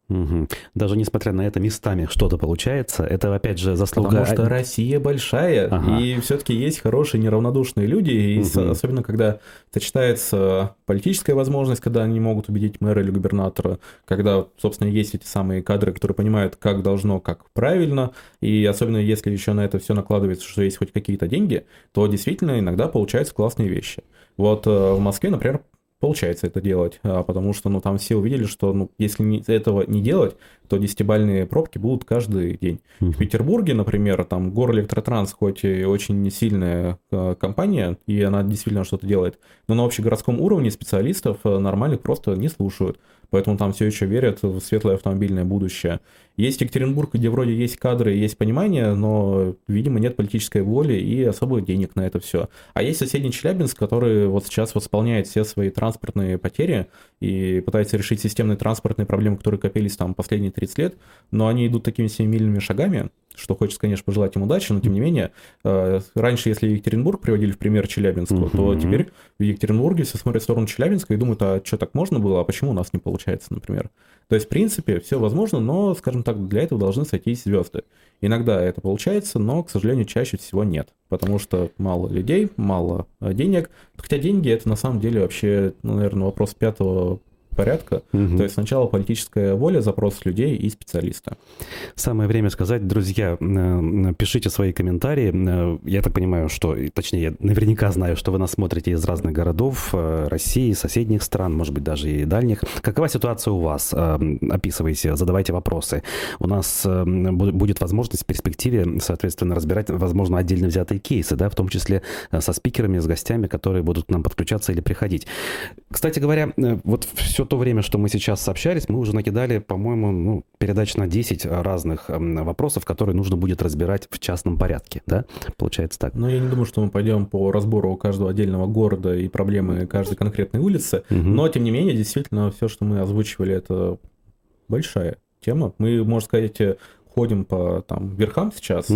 Угу. Даже несмотря на это, местами что-то получается. Это, опять же, заслуга... Потому что Россия большая, и все-таки есть хорошие, неравнодушные люди, и особенно когда сочетается политическая возможность, когда они могут убедить мэра или губернатора, когда, собственно, есть эти самые кадры, которые понимают, как должно, как правильно, и особенно если еще на это все накладывается, что есть хоть какие-то деньги, то действительно иногда получаются классные вещи. Вот в Москве, например, получается это делать, потому что, ну, там все увидели, что, ну, если этого не делать, то 10-бальные пробки будут каждый день. В Петербурге, например, там Горэлектротранс, хоть и очень сильная компания, и она действительно что-то делает, но на общегородском уровне специалистов нормальных просто не слушают. Поэтому там все еще верят в светлое автомобильное будущее. Есть Екатеринбург, где вроде есть кадры, есть понимание, но, видимо, нет политической воли и особых денег на это все. А есть соседний Челябинск, который вот сейчас восполняет все свои транспортные потери и пытается решить системные транспортные проблемы, которые копились там последние 30 лет, но они идут такими семимильными шагами, что хочется, конечно, пожелать им удачи, но тем не менее, раньше, если Екатеринбург приводили в пример Челябинску, то теперь в Екатеринбурге все смотрят в сторону Челябинска и думают, а что так можно было, а почему у нас не получается, например. То есть, в принципе, все возможно, но, скажем так, для этого должны сойтись звезды. Иногда это получается, но, к сожалению, чаще всего нет, потому что мало людей, мало денег, хотя деньги это на самом деле вообще, ну, наверное, вопрос пятого порядка. То есть сначала политическая воля, запрос людей и специалиста. Самое время сказать, друзья, пишите свои комментарии. Я так понимаю, что, точнее, я наверняка знаю, что вы нас смотрите из разных городов России, соседних стран, может быть, даже и дальних. Какова ситуация у вас? Описывайте, задавайте вопросы. У нас будет возможность в перспективе, соответственно, разбирать, возможно, отдельно взятые кейсы, да, в том числе со спикерами, с гостями, которые будут к нам подключаться или приходить. Кстати говоря, вот все то время, что мы сейчас сообщались, мы уже накидали, по-моему, ну, передач на 10 разных вопросов, которые нужно будет разбирать в частном порядке, да? Получается так. Ну, я не думаю, что мы пойдем по разбору каждого отдельного города и проблемы каждой конкретной улицы, но, тем не менее, действительно, все, что мы озвучивали, это большая тема. Мы, можно сказать, ходим по там верхам сейчас,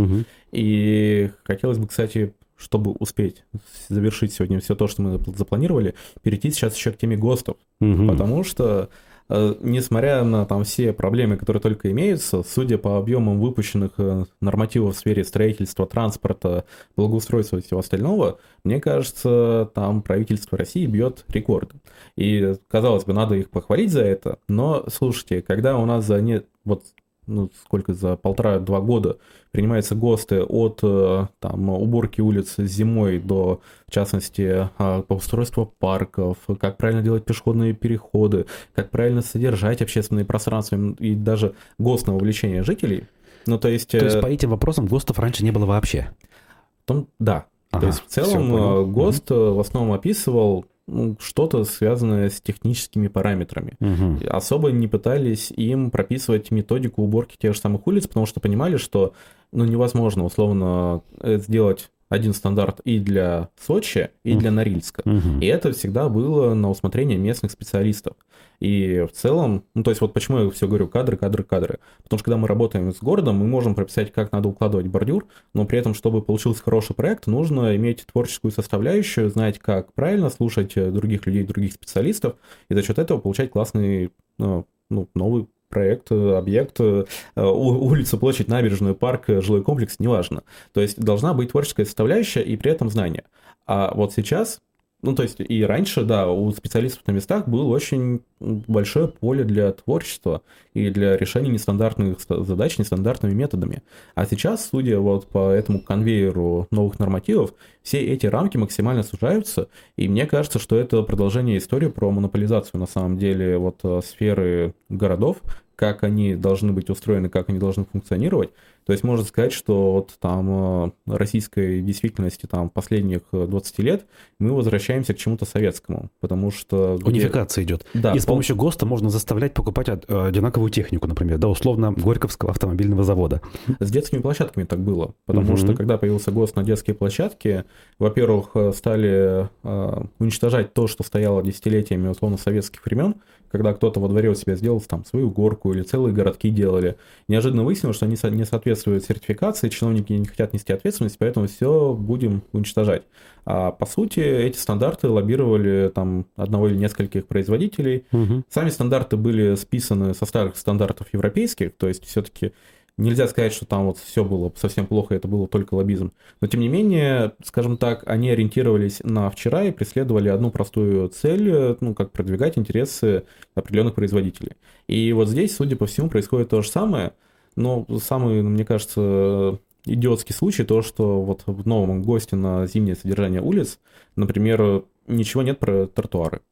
и хотелось бы, кстати, чтобы успеть завершить сегодня все то, что мы запланировали, перейти сейчас еще к теме ГОСТов. Потому что, несмотря на там все проблемы, которые только имеются, судя по объемам выпущенных нормативов в сфере строительства, транспорта, благоустройства и всего остального, мне кажется, там правительство России бьет рекорды. И, казалось бы, надо их похвалить за это, но, слушайте, когда у нас за за 1,5-2 года принимаются ГОСТы от там, уборки улиц зимой до, в частности, благоустройства парков, как правильно делать пешеходные переходы, как правильно содержать общественные пространства и даже ГОСТ на вовлечение жителей. Ну, то есть по этим вопросам ГОСТов раньше не было вообще? Да. То есть в целом ГОСТ в основном описывал что-то связанное с техническими параметрами. Особо не пытались им прописывать методику уборки тех же самых улиц, потому что понимали, что невозможно условно сделать один стандарт и для Сочи, и для Норильска. И это всегда было на усмотрение местных специалистов. И в целом, то есть вот почему я все говорю кадры. Потому что когда мы работаем с городом, мы можем прописать, как надо укладывать бордюр, но при этом, чтобы получился хороший проект, нужно иметь творческую составляющую, знать, как правильно слушать других людей, других специалистов, и за счет этого получать классный, новый проект, объект, улицу, площадь, набережную, парк, жилой комплекс, неважно. То есть должна быть творческая составляющая и при этом знания. А вот сейчас, то есть и раньше, да, у специалистов на местах было очень большое поле для творчества и для решения нестандартных задач нестандартными методами. А сейчас, судя вот по этому конвейеру новых нормативов, все эти рамки максимально сужаются, и мне кажется, что это продолжение истории про монополизацию, на самом деле, вот сферы городов, как они должны быть устроены, как они должны функционировать. То есть можно сказать, что вот там российской действительности там последних 20 лет мы возвращаемся к чему-то советскому, потому что... Унификация идет. Да, и с помощью ГОСТа можно заставлять покупать одинаковую технику, например, да, условно, Горьковского автомобильного завода. С детскими площадками так было, потому что когда появился ГОСТ на детские площадки, во-первых, стали уничтожать то, что стояло десятилетиями условно советских времен, когда кто-то во дворе у себя сделал там свою горку или целые городки делали. Неожиданно выяснилось, что они не соответствуют соответствует сертификации, чиновники не хотят нести ответственность, поэтому все будем уничтожать. А по сути, эти стандарты лоббировали там одного или нескольких производителей. Сами стандарты были списаны со старых стандартов европейских, то есть все-таки нельзя сказать, что там вот все было совсем плохо, это было только лоббизм. Но тем не менее, скажем так, они ориентировались на вчера и преследовали одну простую цель, ну, как продвигать интересы определенных производителей. И вот здесь, судя по всему, происходит то же самое. Но самый, мне кажется, идиотский случай, то, что вот в новом ГОСТе на зимнее содержание улиц, например, ничего нет про тротуары.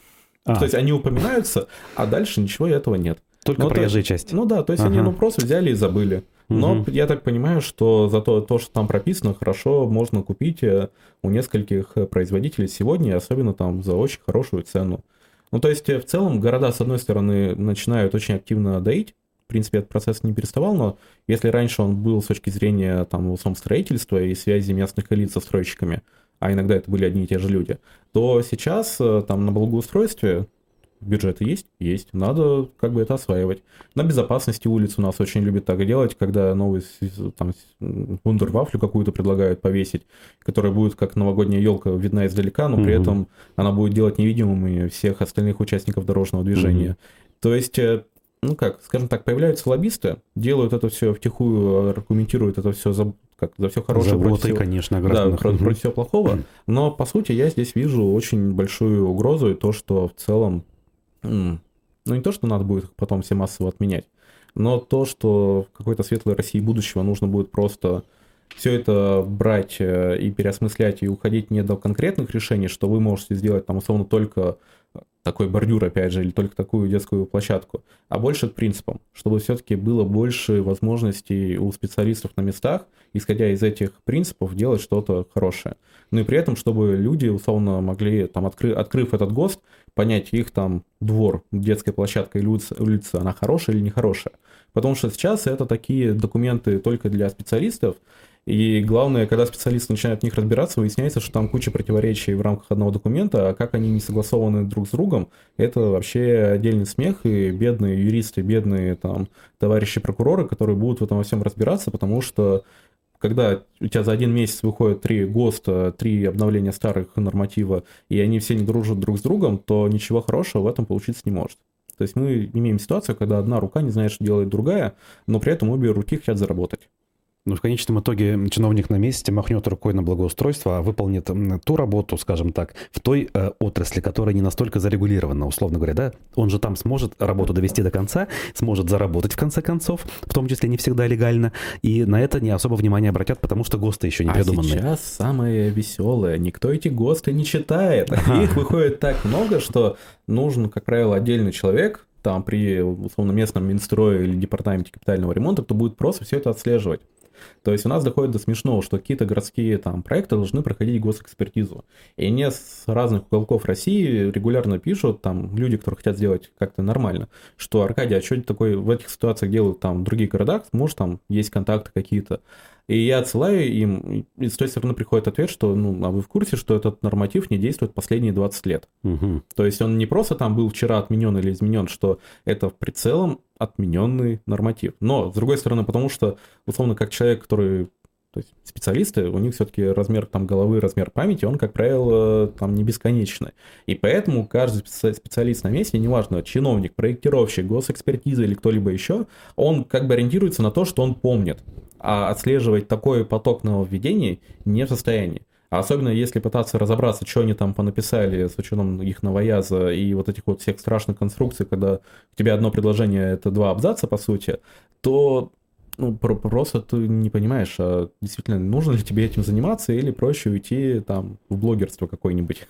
То есть они упоминаются, а дальше ничего этого нет. Только проезжая часть. Ну да, то есть они просто взяли и забыли. Но я так понимаю, что зато то, что там прописано, хорошо можно купить у нескольких производителей сегодня, особенно там за очень хорошую цену. Ну то есть в целом города, с одной стороны, начинают очень активно доить. В принципе, этот процесс не переставал, но если раньше он был с точки зрения там строительства и связи местных элит со стройщиками, а иногда это были одни и те же люди, то сейчас там на благоустройстве бюджеты есть, надо как бы это осваивать. На безопасности улиц у нас очень любят так делать, когда новую там вундервафлю какую-то предлагают повесить, которая будет как новогодняя елка видна издалека, но при этом она будет делать невидимыми всех остальных участников дорожного движения. То есть, ну как, скажем так, появляются лоббисты, делают это все втихую, аргументируют это все за все хорошее, заботой, конечно, граждан. Против всего плохого. Но, по сути, я здесь вижу очень большую угрозу, и то, что в целом ну, не то, что надо будет потом все массово отменять, но то, что в какой-то светлой России будущего нужно будет просто все это брать и переосмыслять, и уходить не до конкретных решений, что вы можете сделать там условно только такой бордюр, опять же, или только такую детскую площадку, а больше к принципам, чтобы все-таки было больше возможностей у специалистов на местах, исходя из этих принципов, делать что-то хорошее. Ну и при этом, чтобы люди, условно, могли, там, открыв этот ГОСТ, понять, их там двор, детская площадка или улица, она хорошая или нехорошая. Потому что сейчас это такие документы только для специалистов, и главное, когда специалисты начинают в них разбираться, выясняется, что там куча противоречий в рамках одного документа, а как они не согласованы друг с другом, это вообще отдельный смех, и бедные юристы, бедные там товарищи прокуроры, которые будут в этом во всем разбираться, потому что когда у тебя за один месяц выходит 3 ГОСТа, 3 обновления старых норматива, и они все не дружат друг с другом, то ничего хорошего в этом получиться не может. То есть мы имеем ситуацию, когда одна рука не знает, что делает другая, но при этом обе руки хотят заработать. Ну, в конечном итоге чиновник на месте махнет рукой на благоустройство, а выполнит ту работу, скажем так, в той отрасли, которая не настолько зарегулирована, условно говоря, да? Он же там сможет работу довести до конца, сможет заработать в конце концов, в том числе не всегда легально, и на это не особо внимания обратят, потому что ГОСТы еще не придуманы. А сейчас самое веселое, никто эти ГОСТы не читает, их выходит так много, что нужен, как правило, отдельный человек, там при, условно, местном Минстрое или департаменте капитального ремонта, кто будет просто все это отслеживать. То есть у нас доходит до смешного, что какие-то городские там проекты должны проходить госэкспертизу. И мне с разных уголков России регулярно пишут там люди, которые хотят сделать как-то нормально, что Аркадий, а что такое в этих ситуациях делают там в других городах, может там есть контакты какие-то. И я отсылаю им, и с той стороны приходит ответ, что, ну, а вы в курсе, что этот норматив не действует последние 20 лет? То есть он не просто там был вчера отменен или изменен, что это в прицелом отмененный норматив. Но, с другой стороны, потому что, условно, как человек, который... То есть специалисты, у них все-таки размер там головы, размер памяти, он, как правило, там не бесконечный. И поэтому каждый специалист на месте, неважно, чиновник, проектировщик, госэкспертиза или кто-либо еще, он как бы ориентируется на то, что он помнит. А отслеживать такой поток нововведений не в состоянии. А особенно если пытаться разобраться, что они там понаписали с учетом их новояза и вот этих вот всех страшных конструкций, когда у тебя одно предложение — это 2 абзаца, по сути, то... Ну, просто ты не понимаешь, а действительно нужно ли тебе этим заниматься или проще уйти там в блогерство какое-нибудь.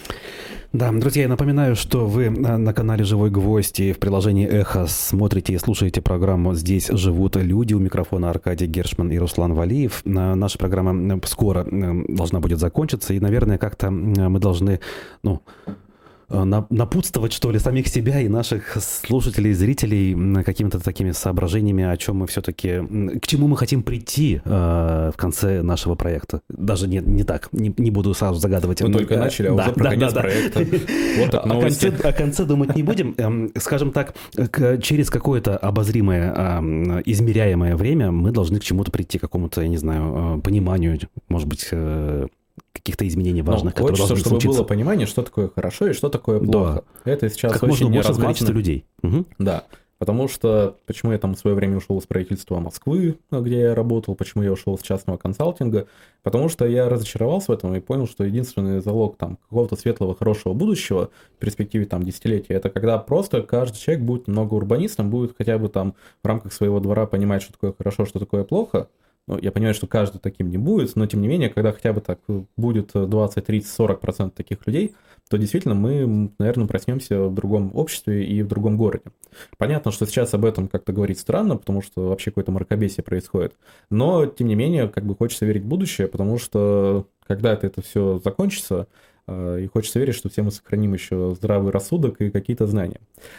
Да, друзья, я напоминаю, что вы на канале «Живой гвоздь» и в приложении «Эхо» смотрите и слушаете программу «Здесь живут люди». У микрофона Аркадий Гершман и Руслан Валиев. Наша программа скоро должна будет закончиться, и, наверное, как-то мы должны, напутствовать, что ли, самих себя и наших слушателей, зрителей какими-то такими соображениями, о чем мы все-таки, к чему мы хотим прийти в конце нашего проекта. Даже не так, не буду сразу загадывать. Мы только начали, а уже про конец проекта. Вот так новости. О конце думать не будем. Скажем так, через какое-то обозримое, измеряемое время мы должны к чему-то прийти, к какому-то, я не знаю, пониманию, может быть, каких-то изменений важных, которые должны чтобы случиться. было понимание, что такое хорошо и что такое плохо. Да. Это сейчас как очень можно больше количество людей. Угу. Да, потому что почему я там в свое время ушел из правительства Москвы, где я работал, почему я ушел из частного консалтинга, потому что я разочаровался в этом и понял, что единственный залог там какого-то светлого, хорошего будущего в перспективе там десятилетия, это когда просто каждый человек будет немного урбанистом, будет хотя бы там в рамках своего двора понимать, что такое хорошо, что такое плохо. Ну, я понимаю, что каждый таким не будет, но тем не менее, когда хотя бы так будет 20, 30, 40% таких людей, то действительно мы, наверное, проснемся в другом обществе и в другом городе. Понятно, что сейчас об этом как-то говорить странно, потому что вообще какое-то мракобесие происходит, но тем не менее, как бы хочется верить в будущее, потому что когда-то это все закончится, и хочется верить, что все мы сохраним еще здравый рассудок и какие-то знания.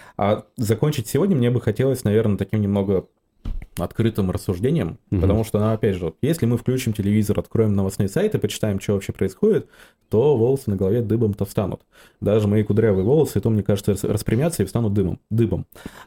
А закончить сегодня мне бы хотелось, наверное, таким немного открытым рассуждением, потому что, ну, опять же, если мы включим телевизор, откроем новостные сайты, почитаем, что вообще происходит, то волосы на голове дыбом-то встанут. Даже мои кудрявые волосы, то, мне кажется, распрямятся и встанут дыбом.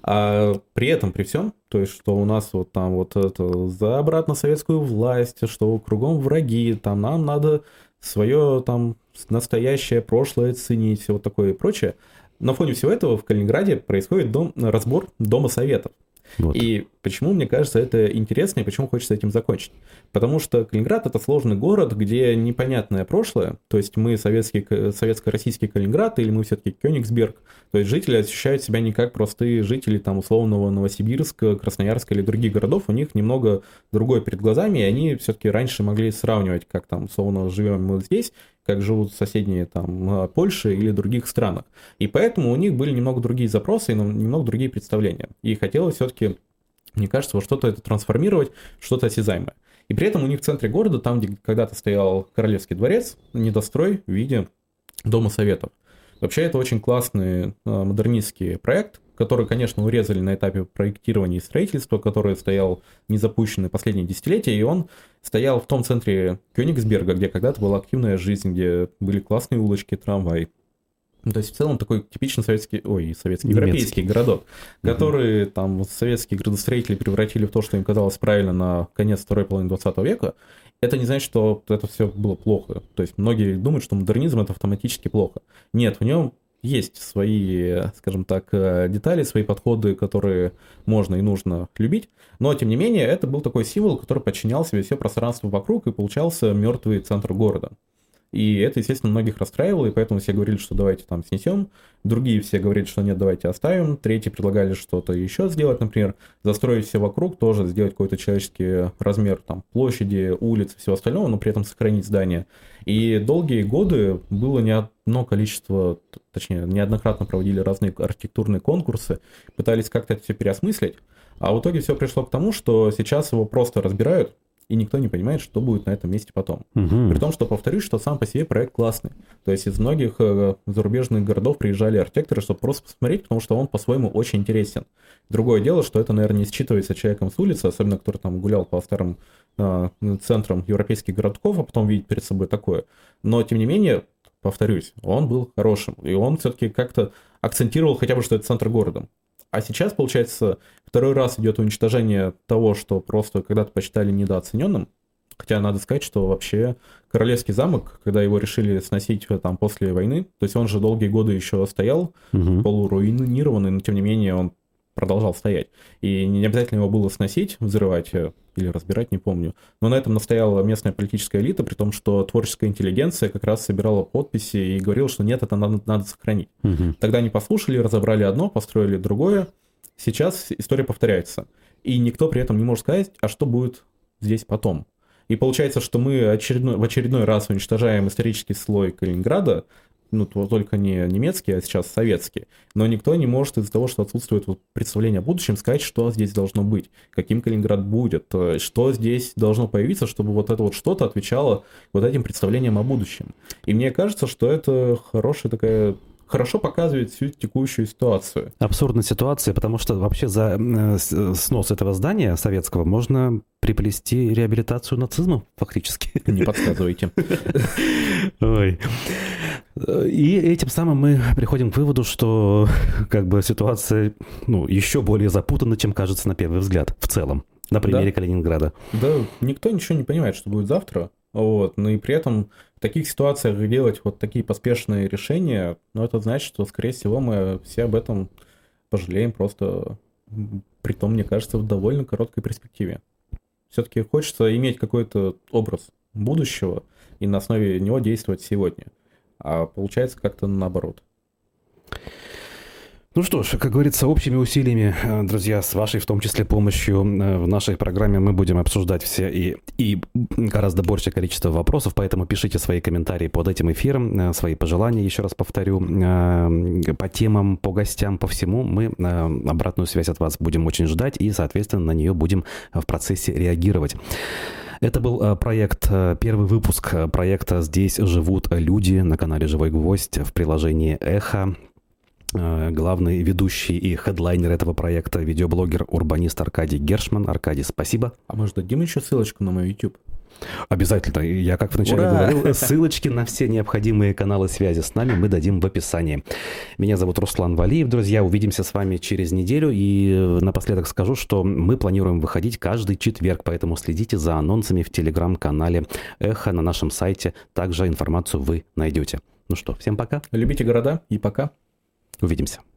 А при этом, при всем, то есть, что у нас вот там вот это за обратно советскую власть, что кругом враги, там нам надо свое там настоящее прошлое ценить, все вот такое и прочее. На фоне всего этого в Калининграде происходит разбор Дома Советов. Вот. И почему, мне кажется, это интересно и почему хочется этим закончить? Потому что Калининград – это сложный город, где непонятное прошлое, то есть мы советско-российский Калининград или мы все-таки Кёнигсберг, то есть жители ощущают себя не как простые жители там условного Новосибирска, Красноярска или других городов, у них немного другое перед глазами, и они все-таки раньше могли сравнивать, как там условно живем мы здесь, как живут соседние там Польши или других странах. И поэтому у них были немного другие запросы и немного другие представления. И хотелось все-таки, мне кажется, во что-то это трансформировать, что-то осязаемое. И при этом у них в центре города, там, где когда-то стоял Королевский дворец, недострой в виде Дома Советов. Вообще это очень классный модернистский проект, который, конечно, урезали на этапе проектирования и строительства, который стоял незапущенный последние десятилетия, и он стоял в том центре Кёнигсберга, где когда-то была активная жизнь, где были классные улочки, трамвай. То есть в целом такой типичный европейский городок, который там советские градостроители превратили в то, что им казалось правильно на конец второй половины 20 века. Это не значит, что это все было плохо. То есть многие думают, что модернизм это автоматически плохо. Нет, в нем есть свои, скажем так, детали, свои подходы, которые можно и нужно любить, но, тем не менее, это был такой символ, который подчинял себе все пространство вокруг, и получался мертвый центр города. И это, естественно, многих расстраивало, и поэтому все говорили, что давайте там снесем, другие все говорили, что нет, давайте оставим, третьи предлагали что-то еще сделать, например, застроить все вокруг, тоже сделать какой-то человеческий размер там, площади, улиц и всего остального, но при этом сохранить здание. И долгие годы было неоднократно проводили разные архитектурные конкурсы, пытались как-то это все переосмыслить, а в итоге все пришло к тому, что сейчас его просто разбирают, и никто не понимает, что будет на этом месте потом. При том, что, повторюсь, что сам по себе проект классный. То есть из многих зарубежных городов приезжали архитекторы, чтобы просто посмотреть, потому что он по-своему очень интересен. Другое дело, что это, наверное, не считывается человеком с улицы, особенно который там гулял по старым центрам европейских городков, а потом видит перед собой такое. Но, тем не менее, повторюсь, он был хорошим, и он все-таки как-то акцентировал хотя бы, что это центр города. А сейчас, получается, второй раз идет уничтожение того, что просто когда-то посчитали недооцененным. Хотя надо сказать, что вообще Королевский замок, когда его решили сносить там, после войны, то есть он же долгие годы еще стоял, полуруинированный, но тем не менее он продолжал стоять. И не обязательно его было сносить, взрывать или разбирать, не помню. Но на этом настояла местная политическая элита, при том, что творческая интеллигенция как раз собирала подписи и говорила, что нет, это надо сохранить. Тогда они послушали, разобрали одно, построили другое. Сейчас история повторяется. И никто при этом не может сказать, а что будет здесь потом. И получается, что мы в очередной раз уничтожаем исторический слой Калининграда, ну, только не немецкий, а сейчас советский. Но никто не может из-за того, что отсутствует представление о будущем, сказать, что здесь должно быть, каким Калининград будет, что здесь должно появиться, чтобы вот это вот что-то отвечало вот этим представлениям о будущем. И мне кажется, что это хорошая такая хорошо показывает всю текущую ситуацию. Абсурдная ситуация, потому что вообще за снос этого здания советского можно приплести реабилитацию нацизма фактически. Не подсказывайте. Ой. И этим самым мы приходим к выводу, что как бы ситуация еще более запутана, чем кажется на первый взгляд в целом, на примере Калининграда. Да, никто ничего не понимает, что будет завтра. Но и при этом в таких ситуациях делать вот такие поспешные решения, это значит, что, скорее всего, мы все об этом пожалеем просто, притом, мне кажется, в довольно короткой перспективе. Все-таки хочется иметь какой-то образ будущего и на основе него действовать сегодня. А получается как-то наоборот. Ну что ж, как говорится, общими усилиями, друзья, с вашей в том числе помощью в нашей программе мы будем обсуждать все и гораздо большее количество вопросов, поэтому пишите свои комментарии под этим эфиром, свои пожелания, еще раз повторю, по темам, по гостям, по всему. Мы обратную связь от вас будем очень ждать и, соответственно, на нее будем в процессе реагировать. Это был первый выпуск проекта «Здесь живут люди» на канале «Живой гвоздь» в приложении «Эхо». Главный ведущий и хедлайнер этого проекта — видеоблогер-урбанист Аркадий Гершман. Аркадий, спасибо. А может, дадим еще ссылочку на мой YouTube? Обязательно. Я, как вначале говорил, ссылочки на все необходимые каналы связи с нами мы дадим в описании. Меня зовут Руслан Валиев. Друзья, увидимся с вами через неделю. И напоследок скажу, что мы планируем выходить каждый четверг, поэтому следите за анонсами в телеграм-канале «Эхо» на нашем сайте. Также информацию вы найдете. Ну что, всем пока. Любите города и пока. Увидимся.